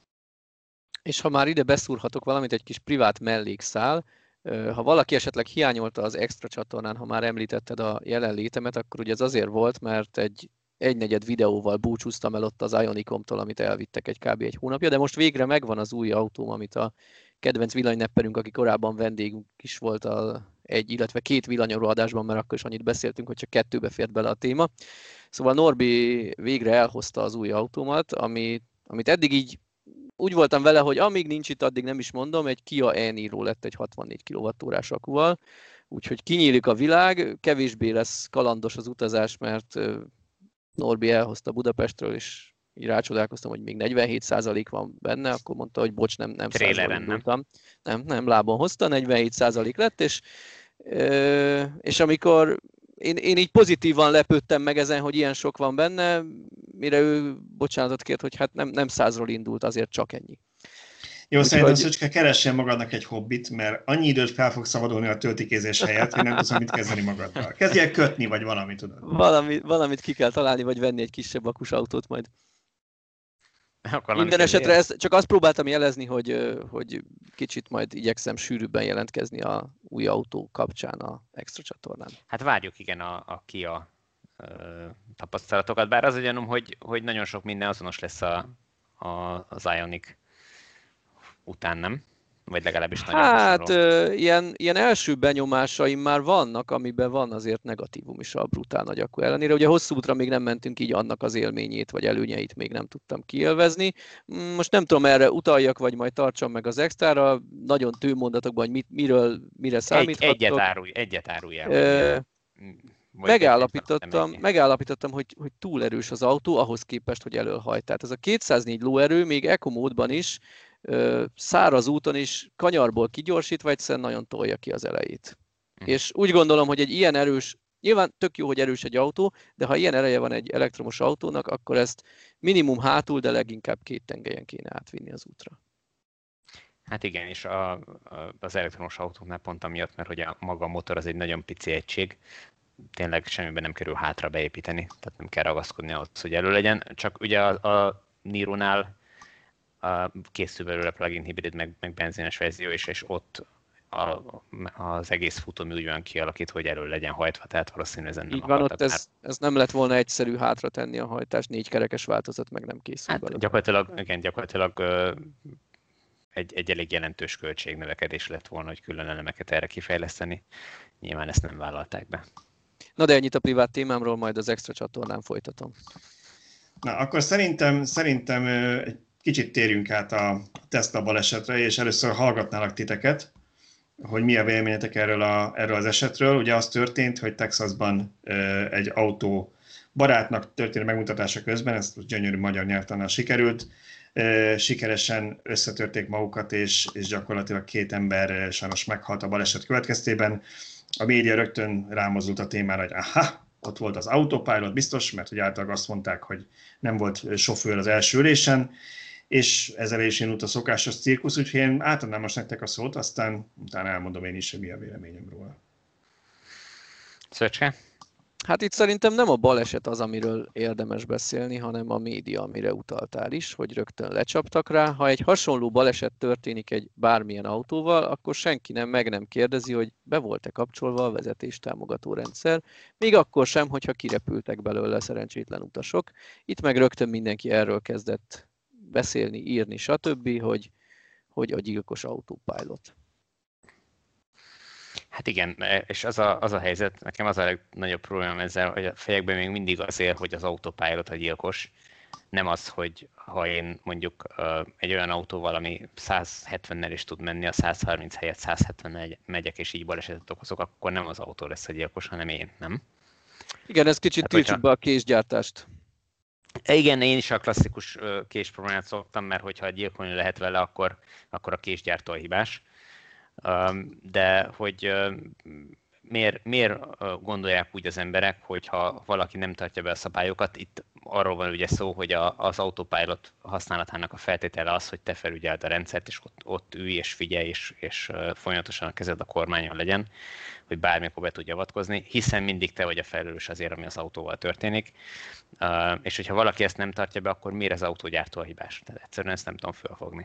S2: És ha már ide beszúrhatok valamit, egy kis privát mellékszál, ha valaki esetleg hiányolta az extra csatornán, ha már említetted a jelenlétemet, akkor ugye ez azért volt, mert egy egynegyed videóval búcsúztam el ott az Ionicomtól, amit elvittek kb. Egy hónapja, de most végre megvan az új autóm, amit a kedvenc villanynepperünk, aki korábban vendégünk is volt illetve 2 villanyóró adásban, mert akkor is annyit beszéltünk, hogy csak 2-be fért bele a téma. Szóval Norbi végre elhozta az új autómat, amit eddig így úgy voltam vele, hogy amíg nincs itt, addig nem is mondom, egy Kia e-Niro lett egy 64 kWh-órás akkuval, úgyhogy kinyílik a világ, kevésbé lesz kalandos az utazás, mert Norbi elhozta Budapestről, és így rácsodálkoztam, hogy még 47% van benne, akkor mondta, hogy bocs, nem 100-ról indultam. Nem, lábon hozta, 47% lett, és amikor én így pozitívan lepődtem meg ezen, hogy ilyen sok van benne, mire ő bocsánatot kért, hogy hát nem 100-ról indult, azért csak ennyi.
S1: Jó, szerintem Szöcske, keressen magadnak egy hobbit, mert annyi időt fel fog szabadulni a töltikézés helyett, hogy nem tudsz mit kezdeni magaddal. Kezdjél kötni, vagy valamit, tudod.
S2: Valamit ki kell találni, vagy venni egy kisebb akus autót majd.
S3: Akkor
S2: minden esetre csak azt próbáltam jelezni, hogy kicsit majd igyekszem sűrűbben jelentkezni a új autó kapcsán a extra csatornán.
S3: Hát várjuk igen a Kia tapasztalatokat, bár az ugyanúgy, hogy nagyon sok minden azonos lesz az Ioniq után, nem? Vagy legalábbis nagyon
S2: hasonló. Ilyen első benyomásaim már vannak, amiben van azért negatívum is a brutál nagy akku ellenére. Ugye hosszú útra még nem mentünk, így annak az élményét vagy előnyeit még nem tudtam kiélvezni. Most nem tudom, erre utaljak, vagy majd tartsam meg az extrára. Nagyon tőmondatokban, hogy mire számíthatok.
S3: Egyet árulj el.
S2: Megállapítottam, hogy túl erős az autó, ahhoz képest, hogy elölhajt. Tehát ez a 204 lóerő még eco módban is, száraz úton is, kanyarból kigyorsítva egyszerűen nagyon tolja ki az elejét. És úgy gondolom, hogy egy ilyen erős, nyilván tök jó, hogy erős egy autó, de ha ilyen ereje van egy elektromos autónak, akkor ezt minimum hátul, de leginkább 2 tengelyen kéne átvinni az útra.
S3: Hát igen, és az elektromos autóknál pont amiatt, mert hogy maga a motor az egy nagyon pici egység, tényleg semmiben nem kerül hátra beépíteni, tehát nem kell ragaszkodni ahhoz, hogy elő legyen. Csak ugye a Niro-nál készül belőle plug-in hibrid, meg benzines verzió, és ott az egész futómű úgy van kialakítva, hogy elő legyen hajtva, tehát valószínűleg ezen nem
S2: így van, ott ez nem lett volna egyszerű hátra tenni a hajtás, 4 kerekes változat meg nem készül belőle.
S3: Gyakorlatilag egy elég jelentős költségnövekedés lett volna, hogy külön elemeket erre kifejleszteni. Nyilván ezt nem vállalták be.
S2: Na de ennyit a privát témámról, majd az extra csatornán folytatom.
S1: Na, akkor szerintem egy kicsit térjünk át a Tesla balesetre, és először hallgatnálak titeket, hogy mi a véleményetek erről az esetről. Ugye az történt, hogy Texasban egy autó barátnak történő megmutatása közben, ez gyönyörű magyar nyelvtannal sikerült, sikeresen összetörték magukat, és gyakorlatilag 2 ember sajnos meghalt a baleset következtében. A média rögtön rámozdult a témára, hogy aha, ott volt az autopilot biztos, mert hogy általában azt mondták, hogy nem volt sofőr az első ülésen, és ezzel is indult a szokásos cirkusz, úgyhogy én átadnám most nektek a szót, aztán utána elmondom én is, hogy mi a véleményem róla.
S3: Szöcske?
S2: Hát itt szerintem nem a baleset az, amiről érdemes beszélni, hanem a média, amire utaltál is, hogy rögtön lecsaptak rá. Ha egy hasonló baleset történik egy bármilyen autóval, akkor senki meg nem kérdezi, hogy be volt-e kapcsolva a vezetéstámogató rendszer, még akkor sem, hogyha kirepültek belőle szerencsétlen utasok. Itt meg rögtön mindenki erről kezdett beszélni, írni, stb., hogy a gyilkos autopilot.
S3: Hát igen, és az a helyzet, nekem az a legnagyobb problémám ezzel, hogy a fejekben még mindig az él, hogy az autopilot a gyilkos. Nem az, hogy ha én mondjuk egy olyan autóval, ami 170-nel is tud menni, a 130 helyett 170-nel megyek, és így balesetet okozok, akkor nem az autó lesz a gyilkos, hanem én, nem?
S2: Igen, ez kicsit tiltsuk be a késgyártást.
S3: Igen, én is a klasszikus kés problémát szoktam, mert hogyha gyilkolni lehet vele, akkor a késgyártó a hibás. De hogy miért gondolják úgy az emberek, hogyha valaki nem tartja be a szabályokat, itt arról van ugye szó, hogy az autopilot használatának a feltétele az, hogy te felügyeld a rendszert, és ott ülj és figyelj, és folyamatosan a kezed a kormányon legyen, hogy bármikor be tudj avatkozni, hiszen mindig te vagy a felelős azért, ami az autóval történik. És hogyha valaki ezt nem tartja be, akkor miért az autógyártó a hibás? Tehát egyszerűen ezt nem tudom fölfogni.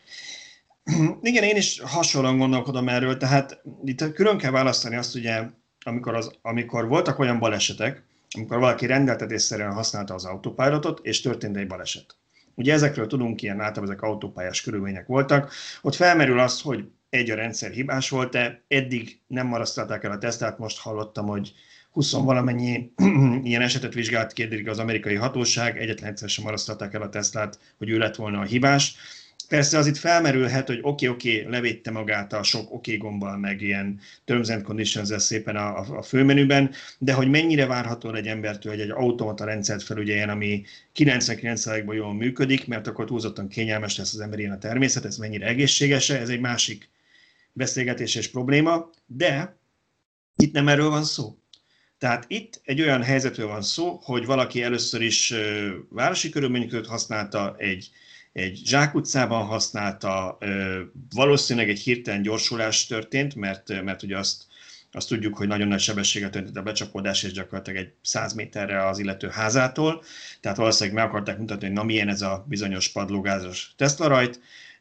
S1: Igen, én is hasonlóan gondolkodom erről, tehát itt külön kell választani azt, ugye, amikor voltak olyan balesetek, amikor valaki rendeltetésszerűen használta az autopilotot, és történt egy baleset. Ugye ezekről tudunk, ilyen általában ezek autópályás körülmények voltak. Ott felmerül az, hogy a rendszer hibás volt-e, eddig nem marasztalták el a tesztát, most hallottam, hogy 20 valamennyi ilyen esetet vizsgált ki az amerikai hatóság, egyetlen egyszer sem marasztalták el a Teslát, hogy ő lett volna a hibás. Persze az itt felmerülhet, hogy oké, levédte magát a sok gombbal, meg ilyen terms and conditions szépen a főmenüben, de hogy mennyire várható egy embertől, hogy egy automata rendszert felügyeljen, ami 99%-ban jól működik, mert akkor túlzottan kényelmes lesz az ember, ilyen a természet, ez mennyire egészséges-e, ez egy másik beszélgetés és probléma, de itt nem erről van szó. Tehát itt egy olyan helyzetről van szó, hogy valaki először is városi körülmények között használta, egy zsákutcában használta, valószínűleg egy hirtelen gyorsulás történt, mert ugye azt tudjuk, hogy nagyon nagy sebességgel történt a becsapódás, és gyakorlatilag egy 100 méterre az illető házától, tehát valószínűleg meg akarták mutatni, hogy na milyen ez a bizonyos padlógázos Tesla rajt,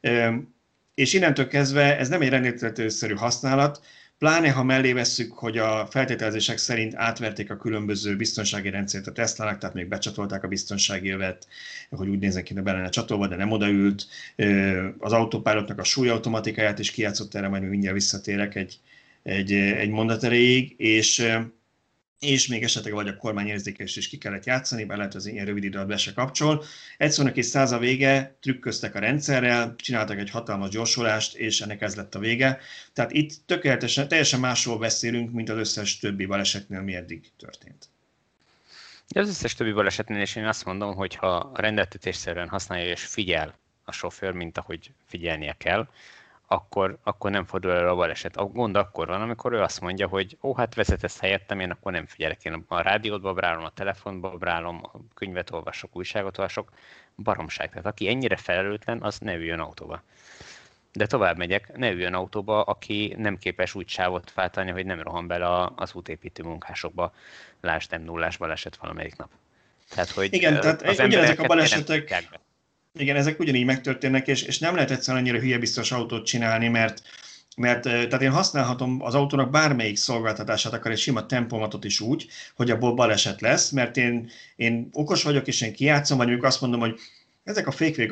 S1: és innentől kezdve ez nem egy rendeltetésszerű használat, pláne ha mellé vesszük, hogy a feltételezések szerint átverték a különböző biztonsági rendszert a Teslának, tehát még becsatolták a biztonsági övet, hogy úgy néznek ki, hogy be lenne csatolva, de nem odaült. Az autopilotnak a súlyautomatikáját is kijátszott, erre majd mindjárt visszatérek egy mondat erejéig, és és még esetleg vagy a kormányérzékelést is ki kellett játszani, bár lehet, hogy az ilyen rövid idő alatt be se kapcsol. Egyszerűen és száz a vége, trükköztek a rendszerrel, csináltak egy hatalmas gyorsulást, és ennek ez lett a vége. Tehát itt tökéletesen, teljesen másról beszélünk, mint az összes többi balesetnél, mi eddig történt.
S3: Az összes többi balesetnél is én azt mondom, hogy ha a rendeltetésszerűen használja és figyel a sofőr, mint ahogy figyelnie kell, akkor nem fordul elő a baleset. A gond akkor van, amikor ő azt mondja, hogy hát vezetesz helyettem, én akkor nem figyelek, én a rádiót brálom, a telefonba brálom, a könyvet olvasok, újságot olvasok, baromság. Tehát aki ennyire felelőtlen, az ne üljön autóba. De tovább megyek, ne üljön autóba, aki nem képes úgy sávot váltani, hogy nem rohan bele az útépítő munkásokba, lásd M0-ás baleset valamelyik nap. Tehát, hogy
S1: igen, tehát ugyanezek a balesetek, igen, ezek ugyanígy megtörténnek, és nem lehet egyszerűen annyira hülyebiztos autót csinálni, mert tehát én használhatom az autónak bármelyik szolgáltatását, akár egy sima tempomatot is úgy, hogy abból baleset lesz, mert én okos vagyok, és én kijátszom, vagy mondjuk azt mondom, hogy ezek a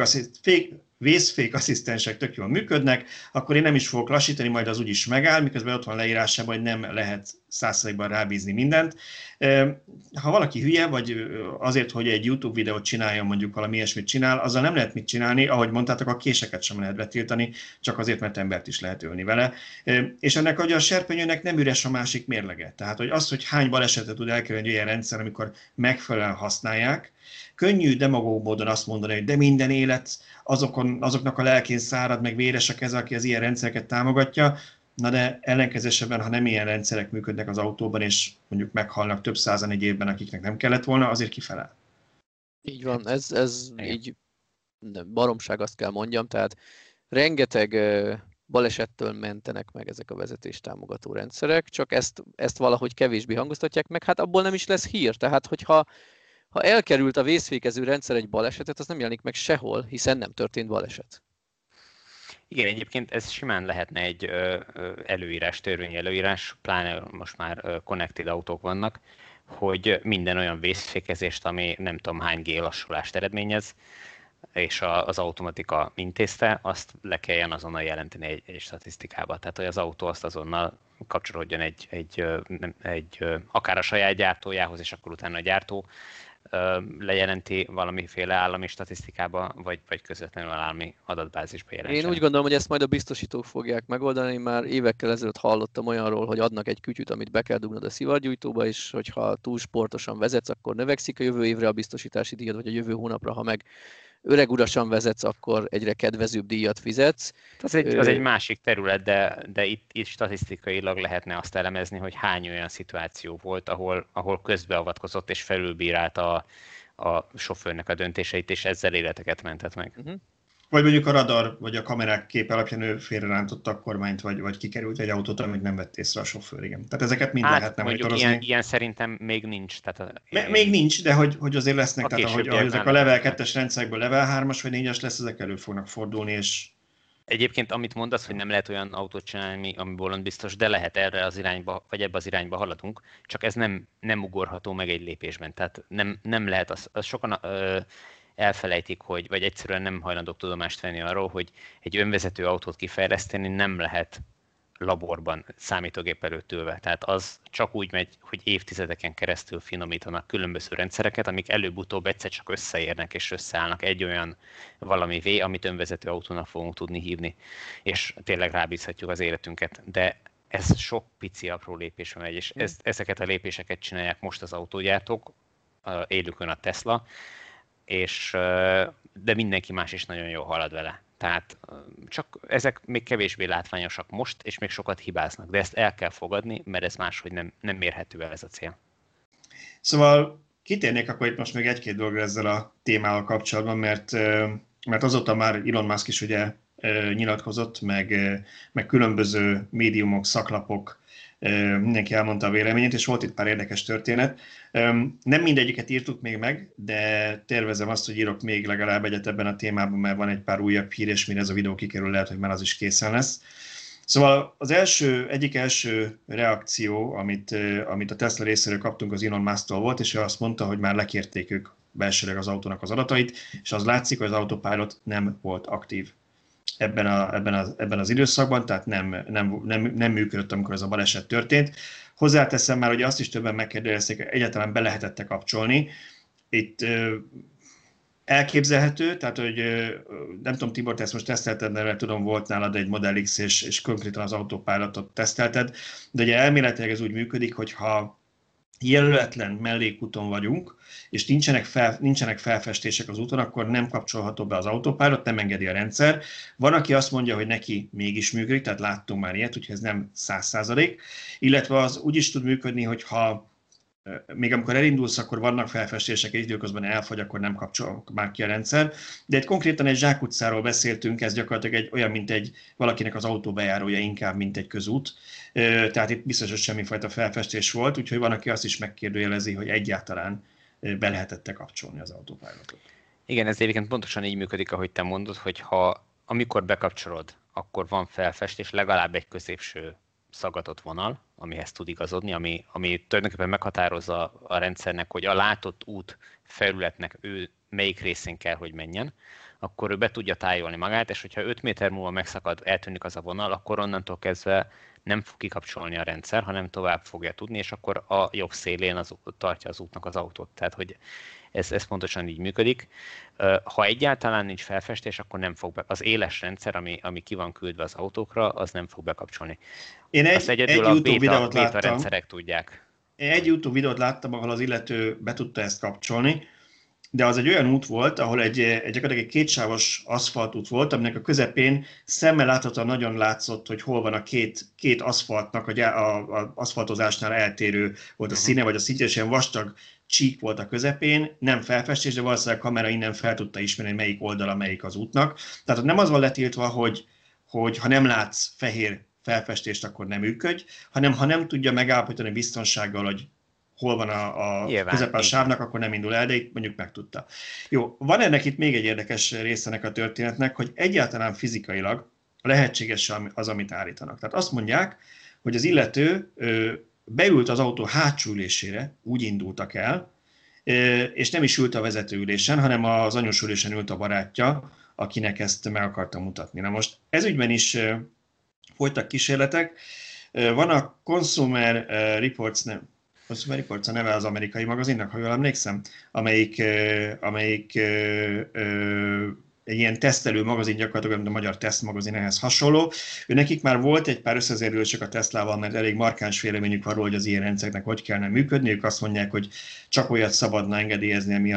S1: vészfékasszisztensek tök jól működnek, akkor én nem is fogok lassítani, majd az úgyis megáll, miközben ott van leírásában, hogy nem lehet 100%-ban rábízni mindent. Ha valaki hülye, vagy azért, hogy egy YouTube videót csináljon, mondjuk valami ilyesmit csinál, azzal nem lehet mit csinálni, ahogy mondtátok, a késeket sem lehet betiltani, csak azért, mert embert is lehet ölni vele. És ennek ugye a serpenyőnek nem üres a másik mérlege. Tehát, hogy az, hogy hány balesetet tud elkerülni egy ilyen rendszer, amikor megfelelően használják, könnyű demagóg módon azt mondani, hogy de minden élet azoknak a lelkén szárad, meg véres a keze, aki az ilyen rendszereket támogatja. Na de ellenkezésében, ha nem ilyen rendszerek működnek az autóban, és mondjuk meghalnak több százan egy évben, akiknek nem kellett volna, azért kifelel.
S2: Így van, ez így baromság, azt kell mondjam, tehát rengeteg balesettől mentenek meg ezek a vezetéstámogató rendszerek, csak ezt valahogy kevésbé hangoztatják meg, hát abból nem is lesz hír, tehát hogyha elkerült a vészfékező rendszer egy balesetet, az nem jelenik meg sehol, hiszen nem történt baleset.
S3: Igen, egyébként ez simán lehetne egy előírás, törvényi előírás, pláne most már connected autók vannak, hogy minden olyan vészfékezést, ami nem tudom hány G lassulást eredményez, és az automatika intézte, azt le kelljen azonnal jelenteni egy statisztikába. Tehát, hogy az autó azt azonnal kapcsolódjon egy akár a saját gyártójához, és akkor utána a gyártó lejelenti valamiféle állami statisztikába, vagy közvetlenül állami adatbázisba jelentsen.
S2: Én úgy gondolom, hogy ezt majd a biztosítók fogják megoldani. Már évekkel ezelőtt hallottam olyanról, hogy adnak egy kütyüt, amit be kell dugnod a szivargyújtóba, és hogyha túl sportosan vezetsz, akkor növekszik a jövő évre a biztosítási díjad, vagy a jövő hónapra, ha meg öreg urasan vezetsz, akkor egyre kedvezőbb díjat fizetsz.
S3: Az egy másik terület, de itt statisztikailag lehetne azt elemezni, hogy hány olyan szituáció volt, ahol közbeavatkozott és felülbírálta a sofőrnek a döntéseit, és ezzel életeket mentett meg.
S2: Uh-huh.
S1: Vagy mondjuk a radar, vagy a kamerák kép alapján ő félrerántotta a kormányt, vagy kikerült egy autót, amit nem vett észre a sofőr, igen. Tehát ezeket mind lehetne monitorozni.
S3: Ilyen szerintem még nincs. Tehát
S1: még nincs, de hogy azért lesznek, tehát ahogy ezek a level 2-es rendszerekből level 3-as vagy 4-es lesz, ezek elő fognak fordulni, és...
S3: Egyébként, amit mondasz, hogy nem lehet olyan autót csinálni, ami bolond biztos, de lehet erre az irányba, vagy ebbe az irányba haladunk, csak ez nem ugorható meg egy lépésben. Tehát nem lehet, az sokan elfelejtik, vagy egyszerűen nem hajlandók tudomást venni arról, hogy egy önvezető autót kifejleszteni nem lehet laborban, számítógép előtt ülve. Tehát az csak úgy megy, hogy évtizedeken keresztül finomítanak különböző rendszereket, amik előbb-utóbb egyszer csak összeérnek és összeállnak egy olyan valamivé, amit önvezető autónak fogunk tudni hívni. És tényleg rábízhatjuk az életünket. De ez sok pici apró lépésre megy, és ezeket a lépéseket csinálják most az autógyártók, élükön a Tesla, de mindenki más is nagyon jól halad vele. Tehát csak ezek még kevésbé látványosak most, és még sokat hibáznak, de ezt el kell fogadni, mert ez máshogy nem mérhető el ez a cél.
S1: Szóval kitérnék akkor itt most még egy-két dologra ezzel a témával kapcsolatban, mert azóta már Elon Musk is ugye nyilatkozott, meg különböző médiumok, szaklapok, mindenki elmondta a véleményét, és volt itt pár érdekes történet. Nem mindegyiket írtuk még meg, de tervezem azt, hogy írok még legalább egyet ebben a témában, mert van egy pár újabb hír, és mire ez a videó kikerül, lehet, hogy már az is készen lesz. Szóval az egyik első reakció, amit a Tesla részéről kaptunk, az Elon Musk-tól volt, és ő azt mondta, hogy már lekérték ők belsőleg az autónak az adatait, és az látszik, hogy az Autopilot nem volt aktív ebben az időszakban, tehát nem működött, amikor ez a baleset történt. Hozzáteszem már, hogy azt is többen megkérdezték, egyáltalán be lehetett kapcsolni. Itt elképzelhető, tehát hogy nem tudom, Tibor, te ezt most tesztelted, mert tudom, volt nálad egy Model X, és konkrétan az Autopilotot tesztelted, de ugye elméletileg ez úgy működik, hogy ha jelöletlen mellékúton vagyunk, és nincsenek felfestések az úton, akkor nem kapcsolható be az Autopilot, nem engedi a rendszer. Van, aki azt mondja, hogy neki mégis működik, tehát láttunk már ilyet, úgyhogy ez nem 100%, illetve az úgy is tud működni, hogyha még amikor elindulsz, akkor vannak felfestések, és időközben elfogy, akkor nem kapcsol már ki a rendszer. De itt konkrétan egy zsákutcáról beszéltünk, ez gyakorlatilag olyan, mint valakinek az autóbejárója inkább, mint egy közút. Tehát itt biztos, hogy semmifajta felfestés volt, úgyhogy van, aki azt is megkérdőjelezi, hogy egyáltalán be lehetett kapcsolni az Autopilotot.
S3: Igen, ez egyébként pontosan így működik, ahogy te mondod, hogy amikor bekapcsolod, akkor van felfestés, legalább egy középső szaggatott vonal, amihez tud igazodni, ami tulajdonképpen meghatározza a rendszernek, hogy a látott út felületnek ő melyik részén kell, hogy menjen, akkor ő be tudja tájolni magát, és hogyha 5 méter múlva megszakad, eltűnik az a vonal, akkor onnantól kezdve nem fog kikapcsolni a rendszer, hanem tovább fogja tudni, és akkor a jobb szélén tartja az útnak az autót. Tehát, hogy ez pontosan így működik. Ha egyáltalán nincs felfestés, akkor nem fog az éles rendszer, ami ki van küldve az autókra, az nem fog bekapcsolni.
S1: Én egy YouTube videót láttam.
S3: Rendszerek tudják.
S1: Én egy YouTube videót láttam, ahol az illető be tudta ezt kapcsolni, de az egy olyan út volt, ahol gyakorlatilag egy kétsávos aszfaltút volt, aminek a közepén szemmel láthatóan nagyon látszott, hogy hol van a két aszfaltnak, az aszfaltozásnál eltérő volt a színe, vagy a szintje, és ilyen vastag csík volt a közepén, nem felfestés, de valószínűleg a kamera innen fel tudta ismerni, melyik oldala melyik az útnak. Tehát nem az van letiltva, hogy ha nem látsz fehér felfestést, akkor nem működj, hanem ha nem tudja megállapítani biztonsággal, hogy hol van a közepe a sávnak, akkor nem indul el, de itt mondjuk megtudta. Jó, van ennek itt még egy érdekes része ennek a történetnek, hogy egyáltalán fizikailag lehetséges az, amit állítanak. Tehát azt mondják, hogy az illető beült az autó hátsó ülésére, úgy indultak el, és nem is ült a vezetőülésen, hanem az anyósülésen ült a barátja, akinek ezt meg akartam mutatni. Na most ezügyben is folytak kísérletek. Van a Consumer Reports a neve az amerikai magazinnak, ha jól emlékszem, amelyik egy ilyen tesztelő magazin, gyakorlatilag, mint a magyar tesztmagazin, ehhez hasonló. Nekik már volt egy pár összezérülésük a Teslával, mert elég markáns véleményük arról, hogy az ilyen rendszereknek hogy kellene működni. Ők azt mondják, hogy csak olyat szabadna engedélyezni, ami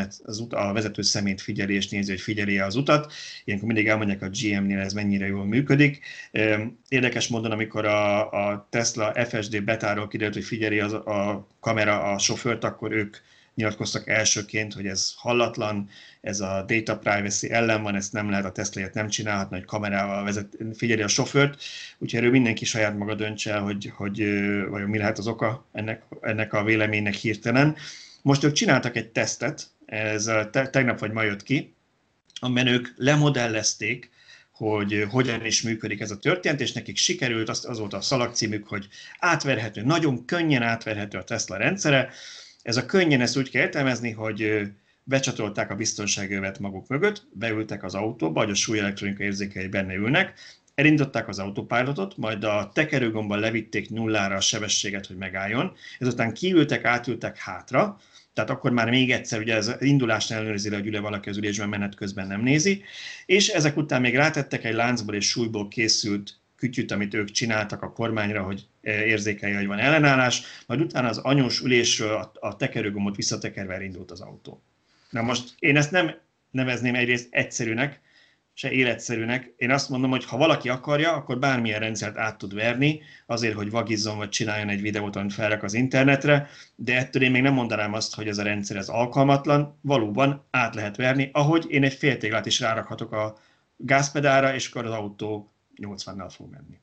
S1: a vezető szemét figyeli, és nézi, hogy figyeli az utat. Ilyenkor mindig elmondják a GM-nél, ez mennyire jól működik. Érdekes módon, amikor a Tesla FSD betáról kiderült, hogy figyeli a kamera a sofőrt, akkor ők nyilatkoztak elsőként, hogy ez hallatlan, ez a data privacy ellen van, ezt nem lehet, a Tesla-ját nem csinálhatna, hogy kamerával figyeli a sofőrt, úgyhogy erről mindenki saját maga döntse el, hogy vajon mi lehet az oka ennek a véleménynek hirtelen. Most ők csináltak egy tesztet, ez tegnap vagy ma jött ki, amiben ők lemodellezték, hogy hogyan is működik ez a történet, és nekik sikerült, az volt a szalagcímük, hogy átverhető, nagyon könnyen átverhető a Tesla rendszere. Ez a könnyen, ezt úgy kell értelmezni, hogy becsatolták a biztonságövet maguk mögött, beültek az autóba, hogy a súlyelektronika érzékelői benne ülnek, elindították az Autopilotot, majd a tekerőgombbal levitték nullára a sebességet, hogy megálljon, ezután kiültek, átültek hátra, tehát akkor már még egyszer, ugye ez indulásnál ellenőrzi le, hogy ül-e valaki az ülésben, menet közben nem nézi, és ezek után még rátettek egy láncból és súlyból készült kütyüt, amit ők csináltak a kormányra, hogy érzékelje, hogy van ellenállás, majd utána az anyós ülésről a tekerőgombot visszatekerve elindult az autó. Na most én ezt nem nevezném egyrészt egyszerűnek, se életszerűnek. Én azt mondom, hogy ha valaki akarja, akkor bármilyen rendszert át tud verni, azért, hogy vagizzon, vagy csináljon egy videót, amit felrak az internetre, de ettől én még nem mondanám azt, hogy ez a rendszer ez alkalmatlan, valóban át lehet verni, ahogy én egy féltéglát is rárakhatok a gázpedálra, és akkor az autó 80-nal fog menni.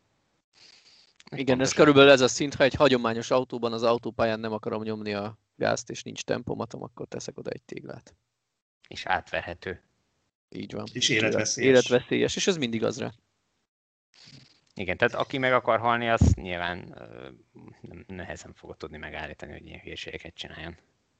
S2: Igen, ez körülbelül ez a szint, ha egy hagyományos autóban az autópályán nem akarom nyomni a gázt, és nincs tempomatom, akkor teszek oda egy téglát.
S3: És átverhető.
S2: Így van.
S1: És életveszélyes.
S2: Életveszélyes, és ez mindig az rá.
S3: Igen, tehát aki meg akar halni, az nyilván nehezen fogod tudni megállítani, hogy ilyen hülyeségeket csináljon.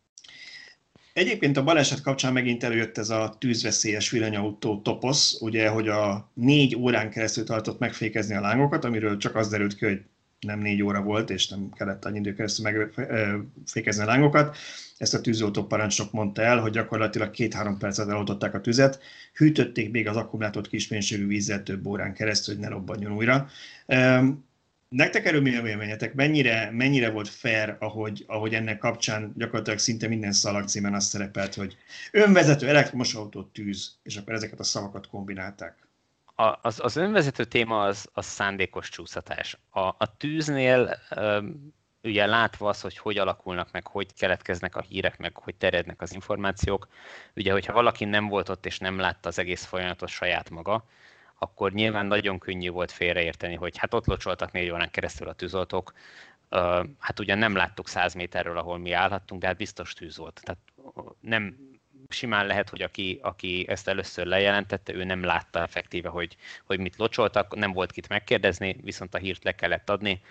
S1: Egyébként a baleset kapcsán megint előjött ez a tűzveszélyes villanyautó toposz, ugye, hogy a 4 órán keresztül tartott megfékezni a lángokat, amiről csak az derült ki, hogy nem 4 óra volt, és nem kellett annyi idő keresztül megfékezni a lángokat. Ezt a tűzoltó parancsnok mondta el, hogy gyakorlatilag 2-3 percet eloltották a tüzet, hűtötték még az akkumulátort kismennyiségű vízzel több órán keresztül, hogy ne robbanjon újra. Nektek erről mi a véleményetek? Mennyire volt fair, ahogy ennek kapcsán gyakorlatilag szinte minden szalagcímen azt szerepelt, hogy önvezető elektromos autó, tűz, és akkor ezeket a szavakat kombinálták?
S3: Az önvezető téma az szándékos csúsztatás. A tűznél ugye látva az, hogy alakulnak meg, hogy keletkeznek a hírek, meg hogy terjednek az információk, ugye hogyha valaki nem volt ott és nem látta az egész folyamatot saját maga, akkor nyilván nagyon könnyű volt félreérteni, hogy hát ott locsoltak 4 órán keresztül a tűzoltók, hát ugyan nem láttuk 100 méterről, ahol mi állhattunk, de hát biztos tűz volt. Tehát nem simán lehet, hogy aki ezt először lejelentette, ő nem látta effektíve, hogy mit locsoltak, nem volt kit megkérdezni, viszont a hírt le kellett adni,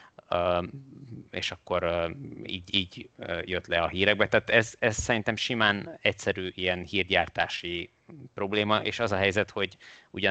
S3: és akkor így jött le a hírekbe. Tehát ez szerintem simán egyszerű ilyen hírgyártási probléma, és az a helyzet, hogy ugyan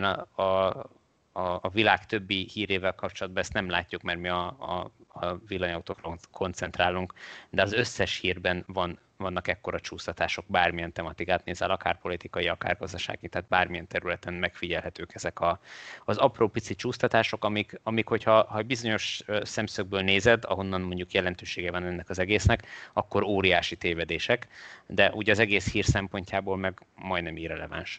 S3: a világ többi hírével kapcsolatban ezt nem látjuk, mert mi a villanyautókra koncentrálunk, de az összes hírben vannak ekkora csúsztatások, bármilyen tematikát nézel, akár politikai, akár gazdasági, tehát bármilyen területen megfigyelhetők ezek az apró pici csúsztatások, amik hogyha bizonyos szemszögből nézed, ahonnan mondjuk jelentősége van ennek az egésznek, akkor óriási tévedések, de ugye az egész hír szempontjából meg majdnem irreleváns.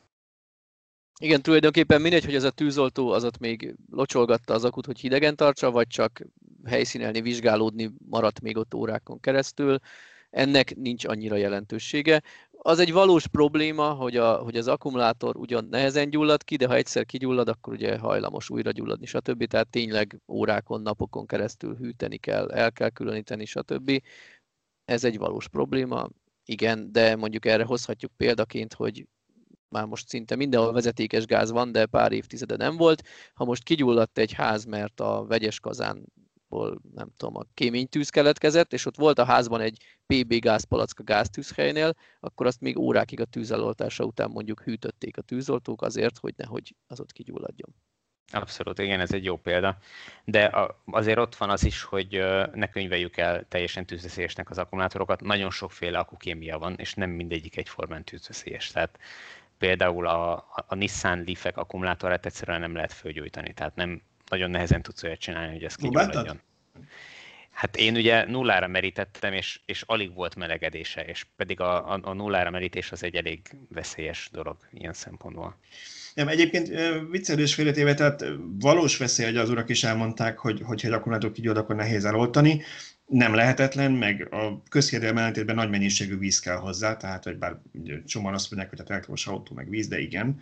S2: Igen, tulajdonképpen mindegy, hogy ez a tűzoltó az ott még locsolgatta az akut, hogy hidegen tartsa, vagy csak helyszínelni, vizsgálódni maradt még ott órákon keresztül. Ennek nincs annyira jelentősége. Az egy valós probléma, hogy az akkumulátor ugyan nehezen gyullad ki, de ha egyszer kigyullad, akkor ugye hajlamos újra gyulladni, stb. Tehát tényleg órákon, napokon keresztül hűteni kell, el kell különíteni, stb. Ez egy valós probléma, igen, de mondjuk erre hozhatjuk példaként, hogy már most szinte mindenhol vezetékes gáz van, de pár évtizede nem volt. Ha most kigyulladt egy ház, mert a vegyes kazánból, nem tudom, a kéménytűz keletkezett, és ott volt a házban egy PB gázpalack a gáztűzhelynél, akkor azt még órákig a tűzeloltása után mondjuk hűtötték a tűzoltók azért, hogy nehogy az ott kigyulladjon.
S3: Abszolút, igen, ez egy jó példa. De azért ott van az is, hogy ne könyveljük el teljesen tűzveszélyesnek az akkumulátorokat. Nagyon sokféle akkukémia van, és nem mindegyik egyformán tűzveszélyes. Tehát például a Nissan Leaf-ek akkumulátorát egyszerűen nem lehet fölgyújtani, tehát nem nagyon nehezen tudsz olyat csinálni, hogy ez kigyulladjon. Hát én ugye nullára merítettem, és alig volt melegedése, és pedig a nullára merítés az egy elég veszélyes dolog ilyen szempontból.
S1: Nem, egyébként viccelős félretéve, tehát valós veszély, hogy az urak is elmondták, hogy egy akkumulátor kigyullad, akkor nehéz eloltani. Nem lehetetlen, meg a közhiedelem ellentétben nagy mennyiségű víz kell hozzá, tehát hogy bár sokan azt mondják, hogy hát elektromos autó meg víz, de igen.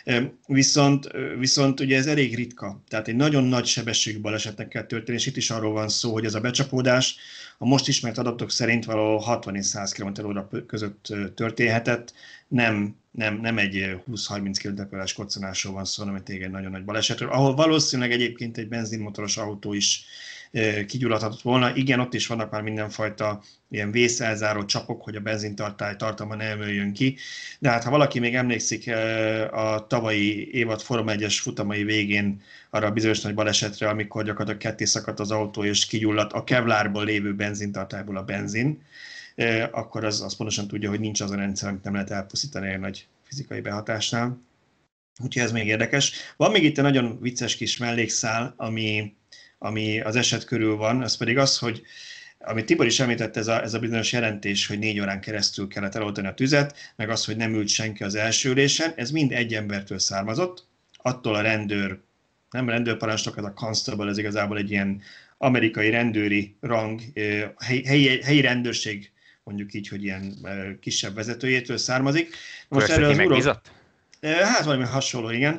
S1: Viszont ugye ez elég ritka, tehát egy nagyon nagy sebességű balesetnek kell történni, és itt is arról van szó, hogy ez a becsapódás a most ismert adatok szerint valahol 60 és 100 km/h között történhetett, nem egy 20-30 km/h koccanásról van szó, hanem egy nagyon nagy balesetről, ahol valószínűleg egyébként egy benzinmotoros autó is kigyulladhatott volna. Igen, ott is vannak már mindenfajta ilyen vészelzáró csapok, hogy a benzintartály tartalma ne emeljön ki. De hát ha valaki még emlékszik a tavalyi évad Forma 1-es futamai végén arra a bizonyos nagy balesetre, amikor gyakorlatilag ketté szakadt az autó és kigyulladt a kevlárból lévő benzintartályból a benzin, akkor az pontosan tudja, hogy nincs az a rendszer, amit nem lehet elpusztítani egy nagy fizikai behatásnál. Úgyhogy ez még érdekes. Van még itt egy nagyon vicces kis mellékszál, ami az eset körül van, az pedig az, hogy amit Tibor is említett, ez a bizonyos jelentés, hogy 4 órán keresztül kellett eloltani a tüzet, meg az, hogy nem ült senki az első ülésen, ez mind egy embertől származott, attól a rendőr, nem rendőrparancsnok, ez a constable, ez igazából egy ilyen amerikai rendőri rang, helyi rendőrség, mondjuk így, hogy ilyen kisebb vezetőjétől származik.
S3: Most erről az megbízott?
S1: Hát valami hasonló, igen.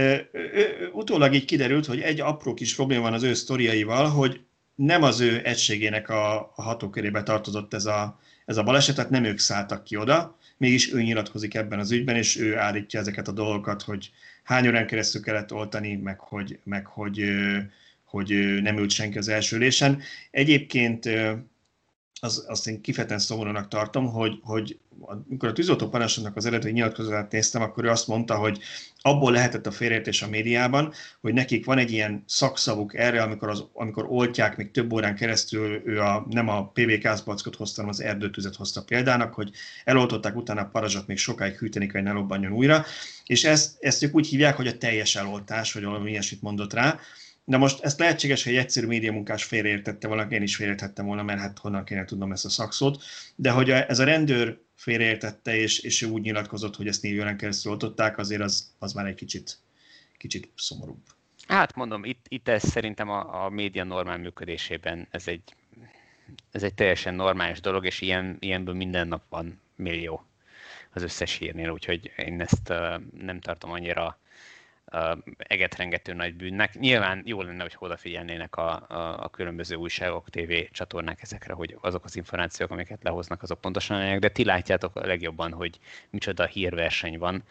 S1: Utólag így kiderült, hogy egy apró kis probléma van az ő sztoriaival, hogy nem az ő egységének a hatókörébe tartozott ez a baleset, tehát nem ők szálltak ki oda, mégis ő nyilatkozik ebben az ügyben, és ő állítja ezeket a dolgokat, hogy hány órán keresztül kellett oltani, meg hogy nem ült senki az első ülésen. Egyébként azt én kifejezetten szomorúnak tartom, hogy amikor a tűzoltó parancsnoknak az eredeti nyilatkozatát néztem, akkor ő azt mondta, hogy abból lehetett a félreértés a médiában, hogy nekik van egy ilyen szakszavuk erre, amikor oltják még több órán keresztül, ő nem a PV gázpalackot hozta, hanem az erdőtüzet hozta példának, hogy eloltották, utána a parazsat még sokáig hűteni kell, hogy ne lobbanjon újra, és ezt ők úgy hívják, hogy a teljes eloltás, vagy valami ilyesmit mondott rá. De most ezt lehetséges, hogy egy egyszerű médiamunkás félreértette valaki, én is félreértettem volna, mert hát honnan kéne tudnom ezt a szakszót, de hogy ez a rendőr félreértette, és ő úgy nyilatkozott, hogy ezt 4 órán keresztül oltották, azért az már egy kicsit szomorúbb.
S3: Hát mondom, itt ez szerintem a média normál működésében ez egy teljesen normális dolog, és ilyenből minden nap van millió az összes hírnél, úgyhogy én ezt nem tartom annyira egetrengető nagy bűnnek. Nyilván jó lenne, hogy odafigyelnének a különböző újságok, TV csatornák ezekre, hogy azok az információk, amiket lehoznak, azok pontosan legyenek, de ti látjátok a legjobban, hogy micsoda hírverseny van.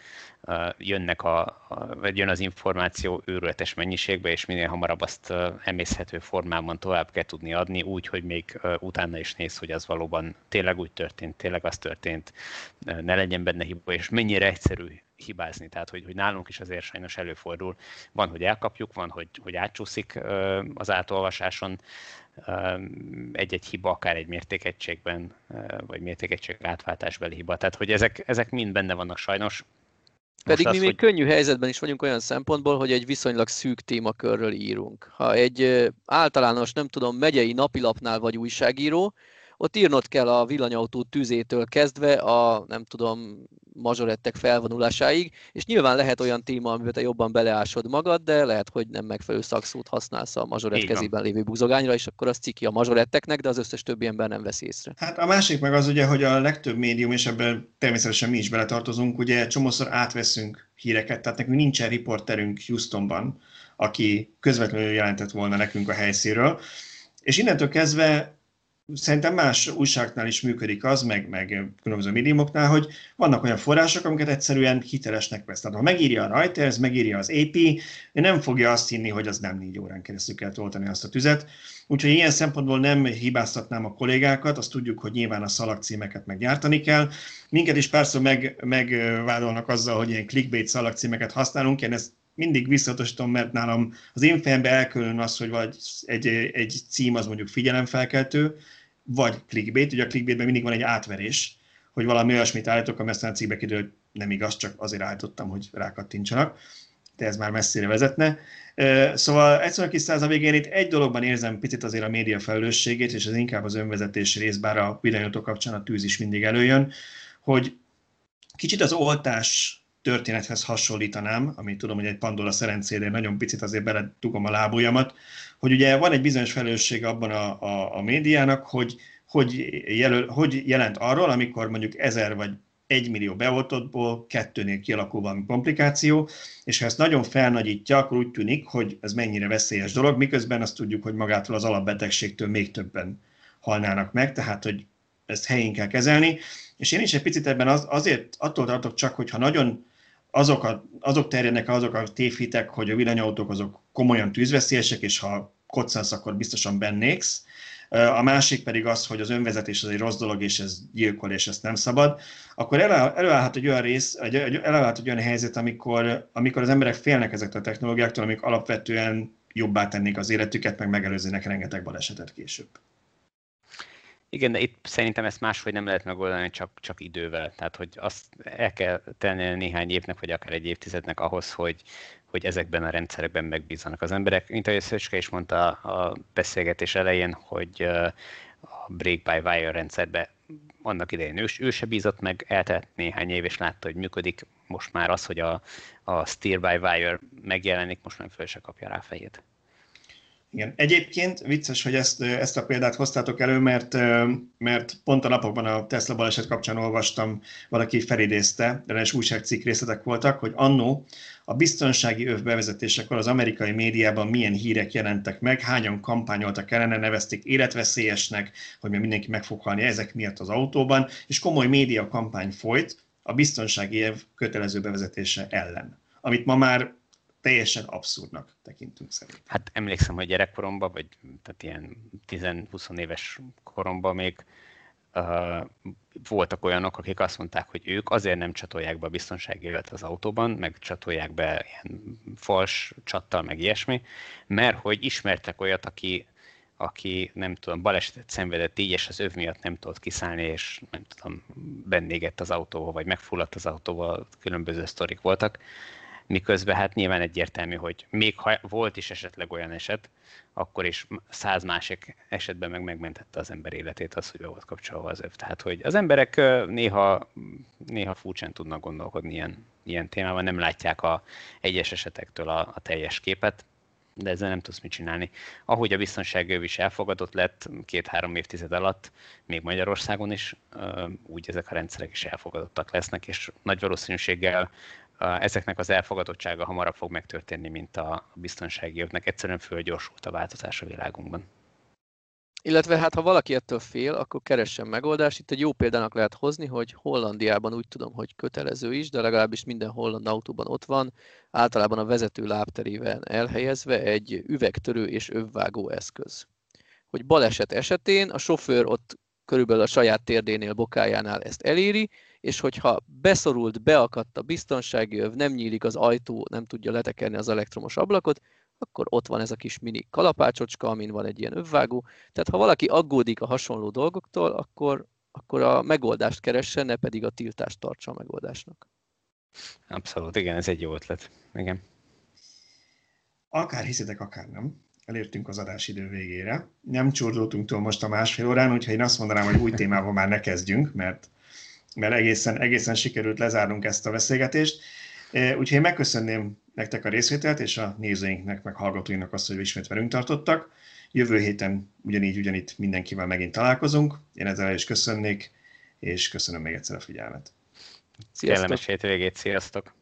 S3: Jön az információ őrületes mennyiségbe, és minél hamarabb azt emészhető formában tovább kell tudni adni, úgy, hogy még utána is néz, hogy az valóban tényleg úgy történt, tényleg az történt, ne legyen benne hiba, és mennyire egyszerű hibázni, tehát hogy nálunk is azért sajnos előfordul. Van, hogy elkapjuk, van, hogy átcsúszik az átolvasáson egy-egy hiba, akár egy mértékegységben, vagy mértékegység átváltásbeli hiba. Tehát, hogy ezek mind benne vannak sajnos.
S2: Pedig mi még könnyű helyzetben is vagyunk olyan szempontból, hogy egy viszonylag szűk témakörről írunk. Ha egy általános, nem tudom, megyei napilapnál vagy újságíró, ott írnod kell a villanyautó tüzétől kezdve a, nem tudom, mazsorettek felvonulásáig, és nyilván lehet olyan téma, amiben te jobban beleásod magad, de lehet, hogy nem megfelelő szakszót használsz a mazsorett kezében lévő buzogányra, és akkor az ciki a mazsoretteknek, de az összes többi ember nem veszi észre.
S1: Hát a másik meg az ugye, hogy a legtöbb médium, és ebben természetesen mi is beletartozunk, ugye csomószor átveszünk híreket, tehát nekünk nincsen riporterünk Houstonban, aki közvetlenül jelentett volna nekünk a helyszínről, és innentől kezdve szerintem más újságnál is működik az, meg különböző médiumoknál, hogy vannak olyan források, amiket egyszerűen hitelesnek vesz. Tehát ha megírja a Reuters, megírja az AP, nem fogja azt hinni, hogy az nem 4 órán keresztül kell toltani azt a tüzet. Úgyhogy ilyen szempontból nem hibáztatnám a kollégákat, azt tudjuk, hogy nyilván a szalagcímeket meggyártani kell. Minket is párszor megvádolnak azzal, hogy ilyen clickbait szalagcímeket használunk, én ezt mindig visszatosítom, mert nálam az én fejembe elkülön az, hogy vagy egy cím az mondjuk figyelemfelkeltő, vagy clickbait. Ugye a clickbaitben mindig van egy átverés, hogy valami olyasmit állítok, ami aztán a cikkbe kiderül, hogy nem igaz, csak azért állítottam, hogy rákattintsanak. De ez már messzire vezetne. Szóval egyszerűen kis száz a végén itt egy dologban érzem picit azért a média felelősségét, és ez inkább az önvezetés rész, bár a villanyautó kapcsán a tűz is mindig előjön, hogy kicsit az oltás történethez hasonlítanám, amit tudom, hogy egy Pandora szerencére nagyon picit azért beledugom a lábujjamat, hogy ugye van egy bizonyos felelősség abban a médiának, hogy jelent arról, amikor mondjuk 1000 vagy 1 millió beoltottból 2-nél kialakul valami komplikáció, és ha ezt nagyon felnagyítja, akkor úgy tűnik, hogy ez mennyire veszélyes dolog, miközben azt tudjuk, hogy magától az alapbetegségtől még többen halnának meg, tehát hogy ezt helyén kell kezelni. És én is egy picit ebben azért attól tartok csak, hogyha nagyon azok terjednek azok a tévhitek, hogy a villanyautók azok komolyan tűzveszélyesek, és ha koccansz, akkor biztosan bennéksz. A másik pedig az, hogy az önvezetés az egy rossz dolog, és ez gyilkol, és ezt nem szabad, akkor előállhat egy olyan helyzet, amikor az emberek félnek ezektől a technológiáktól, amik alapvetően jobbá tennék az életüket, meg megelőznének rengeteg balesetet később.
S3: Igen, de itt szerintem ezt máshogy nem lehet megoldani, csak idővel. Tehát, hogy azt el kell tenni néhány évnek, vagy akár egy évtizednek ahhoz, hogy ezekben a rendszerekben megbízzanak az emberek. Mint ahogy Szöcske is mondta a beszélgetés elején, hogy a break-by-wire rendszerbe annak idején ő se bízott meg, eltelt néhány év, és látta, hogy működik. Most már az, hogy a steer-by-wire megjelenik, most már föl se kapja rá a fejét.
S1: Igen. Egyébként vicces, hogy ezt a példát hoztátok elő, mert pont a napokban a Tesla baleset kapcsán olvastam, valaki felidézte, de is újságcikk részletek voltak, hogy annó a biztonsági öv bevezetésekor az amerikai médiában milyen hírek jelentek meg, hányan kampányoltak ellene, nevezték életveszélyesnek, hogy mindenki meg fog halni ezek miatt az autóban, és komoly média kampány folyt a biztonsági öv kötelező bevezetése ellen. Amit ma már teljesen abszurdnak tekintünk szerintem.
S3: Hát emlékszem, hogy gyerekkoromban, vagy tehát ilyen 10-20 éves koromban még voltak olyanok, akik azt mondták, hogy ők azért nem csatolják be a biztonsági évet az autóban, meg csatolják be ilyen fals csattal, meg ilyesmi, mert hogy ismertek olyat, aki nem tudom, balesetet szenvedett így, és az öv miatt nem tudott kiszállni, és nem tudom, bennégett az autóval, vagy megfulladt az autóval, különböző sztorik voltak. Miközben hát nyilván egyértelmű, hogy még ha volt is esetleg olyan eset, akkor is 100 másik esetben megmentette az ember életét az, hogy be volt kapcsolva az öv. Tehát, hogy az emberek néha furcsán tudnak gondolkodni ilyen témában, nem látják a egyes esetektől a teljes képet, de ezzel nem tudsz mit csinálni. Ahogy a biztonsági öv is elfogadott lett 2-3 évtized alatt, még Magyarországon is, úgy ezek a rendszerek is elfogadottak lesznek, és nagy valószínűséggel ezeknek az elfogadottsága hamarabb fog megtörténni, mint a biztonsági övnek. Egyszerűen fölgyorsult a változás a világunkban.
S2: Illetve hát, ha valaki ettől fél, akkor keressen megoldást. Itt egy jó példának lehet hozni, hogy Hollandiában úgy tudom, hogy kötelező is, de legalábbis minden holland autóban ott van, általában a vezető lábterében elhelyezve egy üvegtörő és övvágó eszköz. Hogy baleset esetén a sofőr ott körülbelül a saját térdénél, bokájánál ezt eléri, és hogyha beszorult, beakadt a biztonsági öv, nem nyílik az ajtó, nem tudja letekerni az elektromos ablakot, akkor ott van ez a kis mini kalapácsocska, amin van egy ilyen övvágó. Tehát ha valaki aggódik a hasonló dolgoktól, akkor a megoldást keresse, ne pedig a tiltást tartsa a megoldásnak.
S3: Abszolút, igen, ez egy jó ötlet. Igen.
S1: Akár hiszitek, akár nem. Elértünk az adásidő végére. Nem csordultunk túl most a másfél órán, úgyhogy én azt mondanám, hogy új témával már ne kezdjünk, mert egészen sikerült lezárnunk ezt a beszélgetést. Úgyhogy én megköszönném nektek a részvételt, és a nézőinknek, meg hallgatóinknak azt, hogy ismét velünk tartottak. Jövő héten ugyanitt mindenkivel megint találkozunk. Én ezzel el is köszönnék, és köszönöm még egyszer a figyelmet.
S3: Kellemes hétvégét, sziasztok!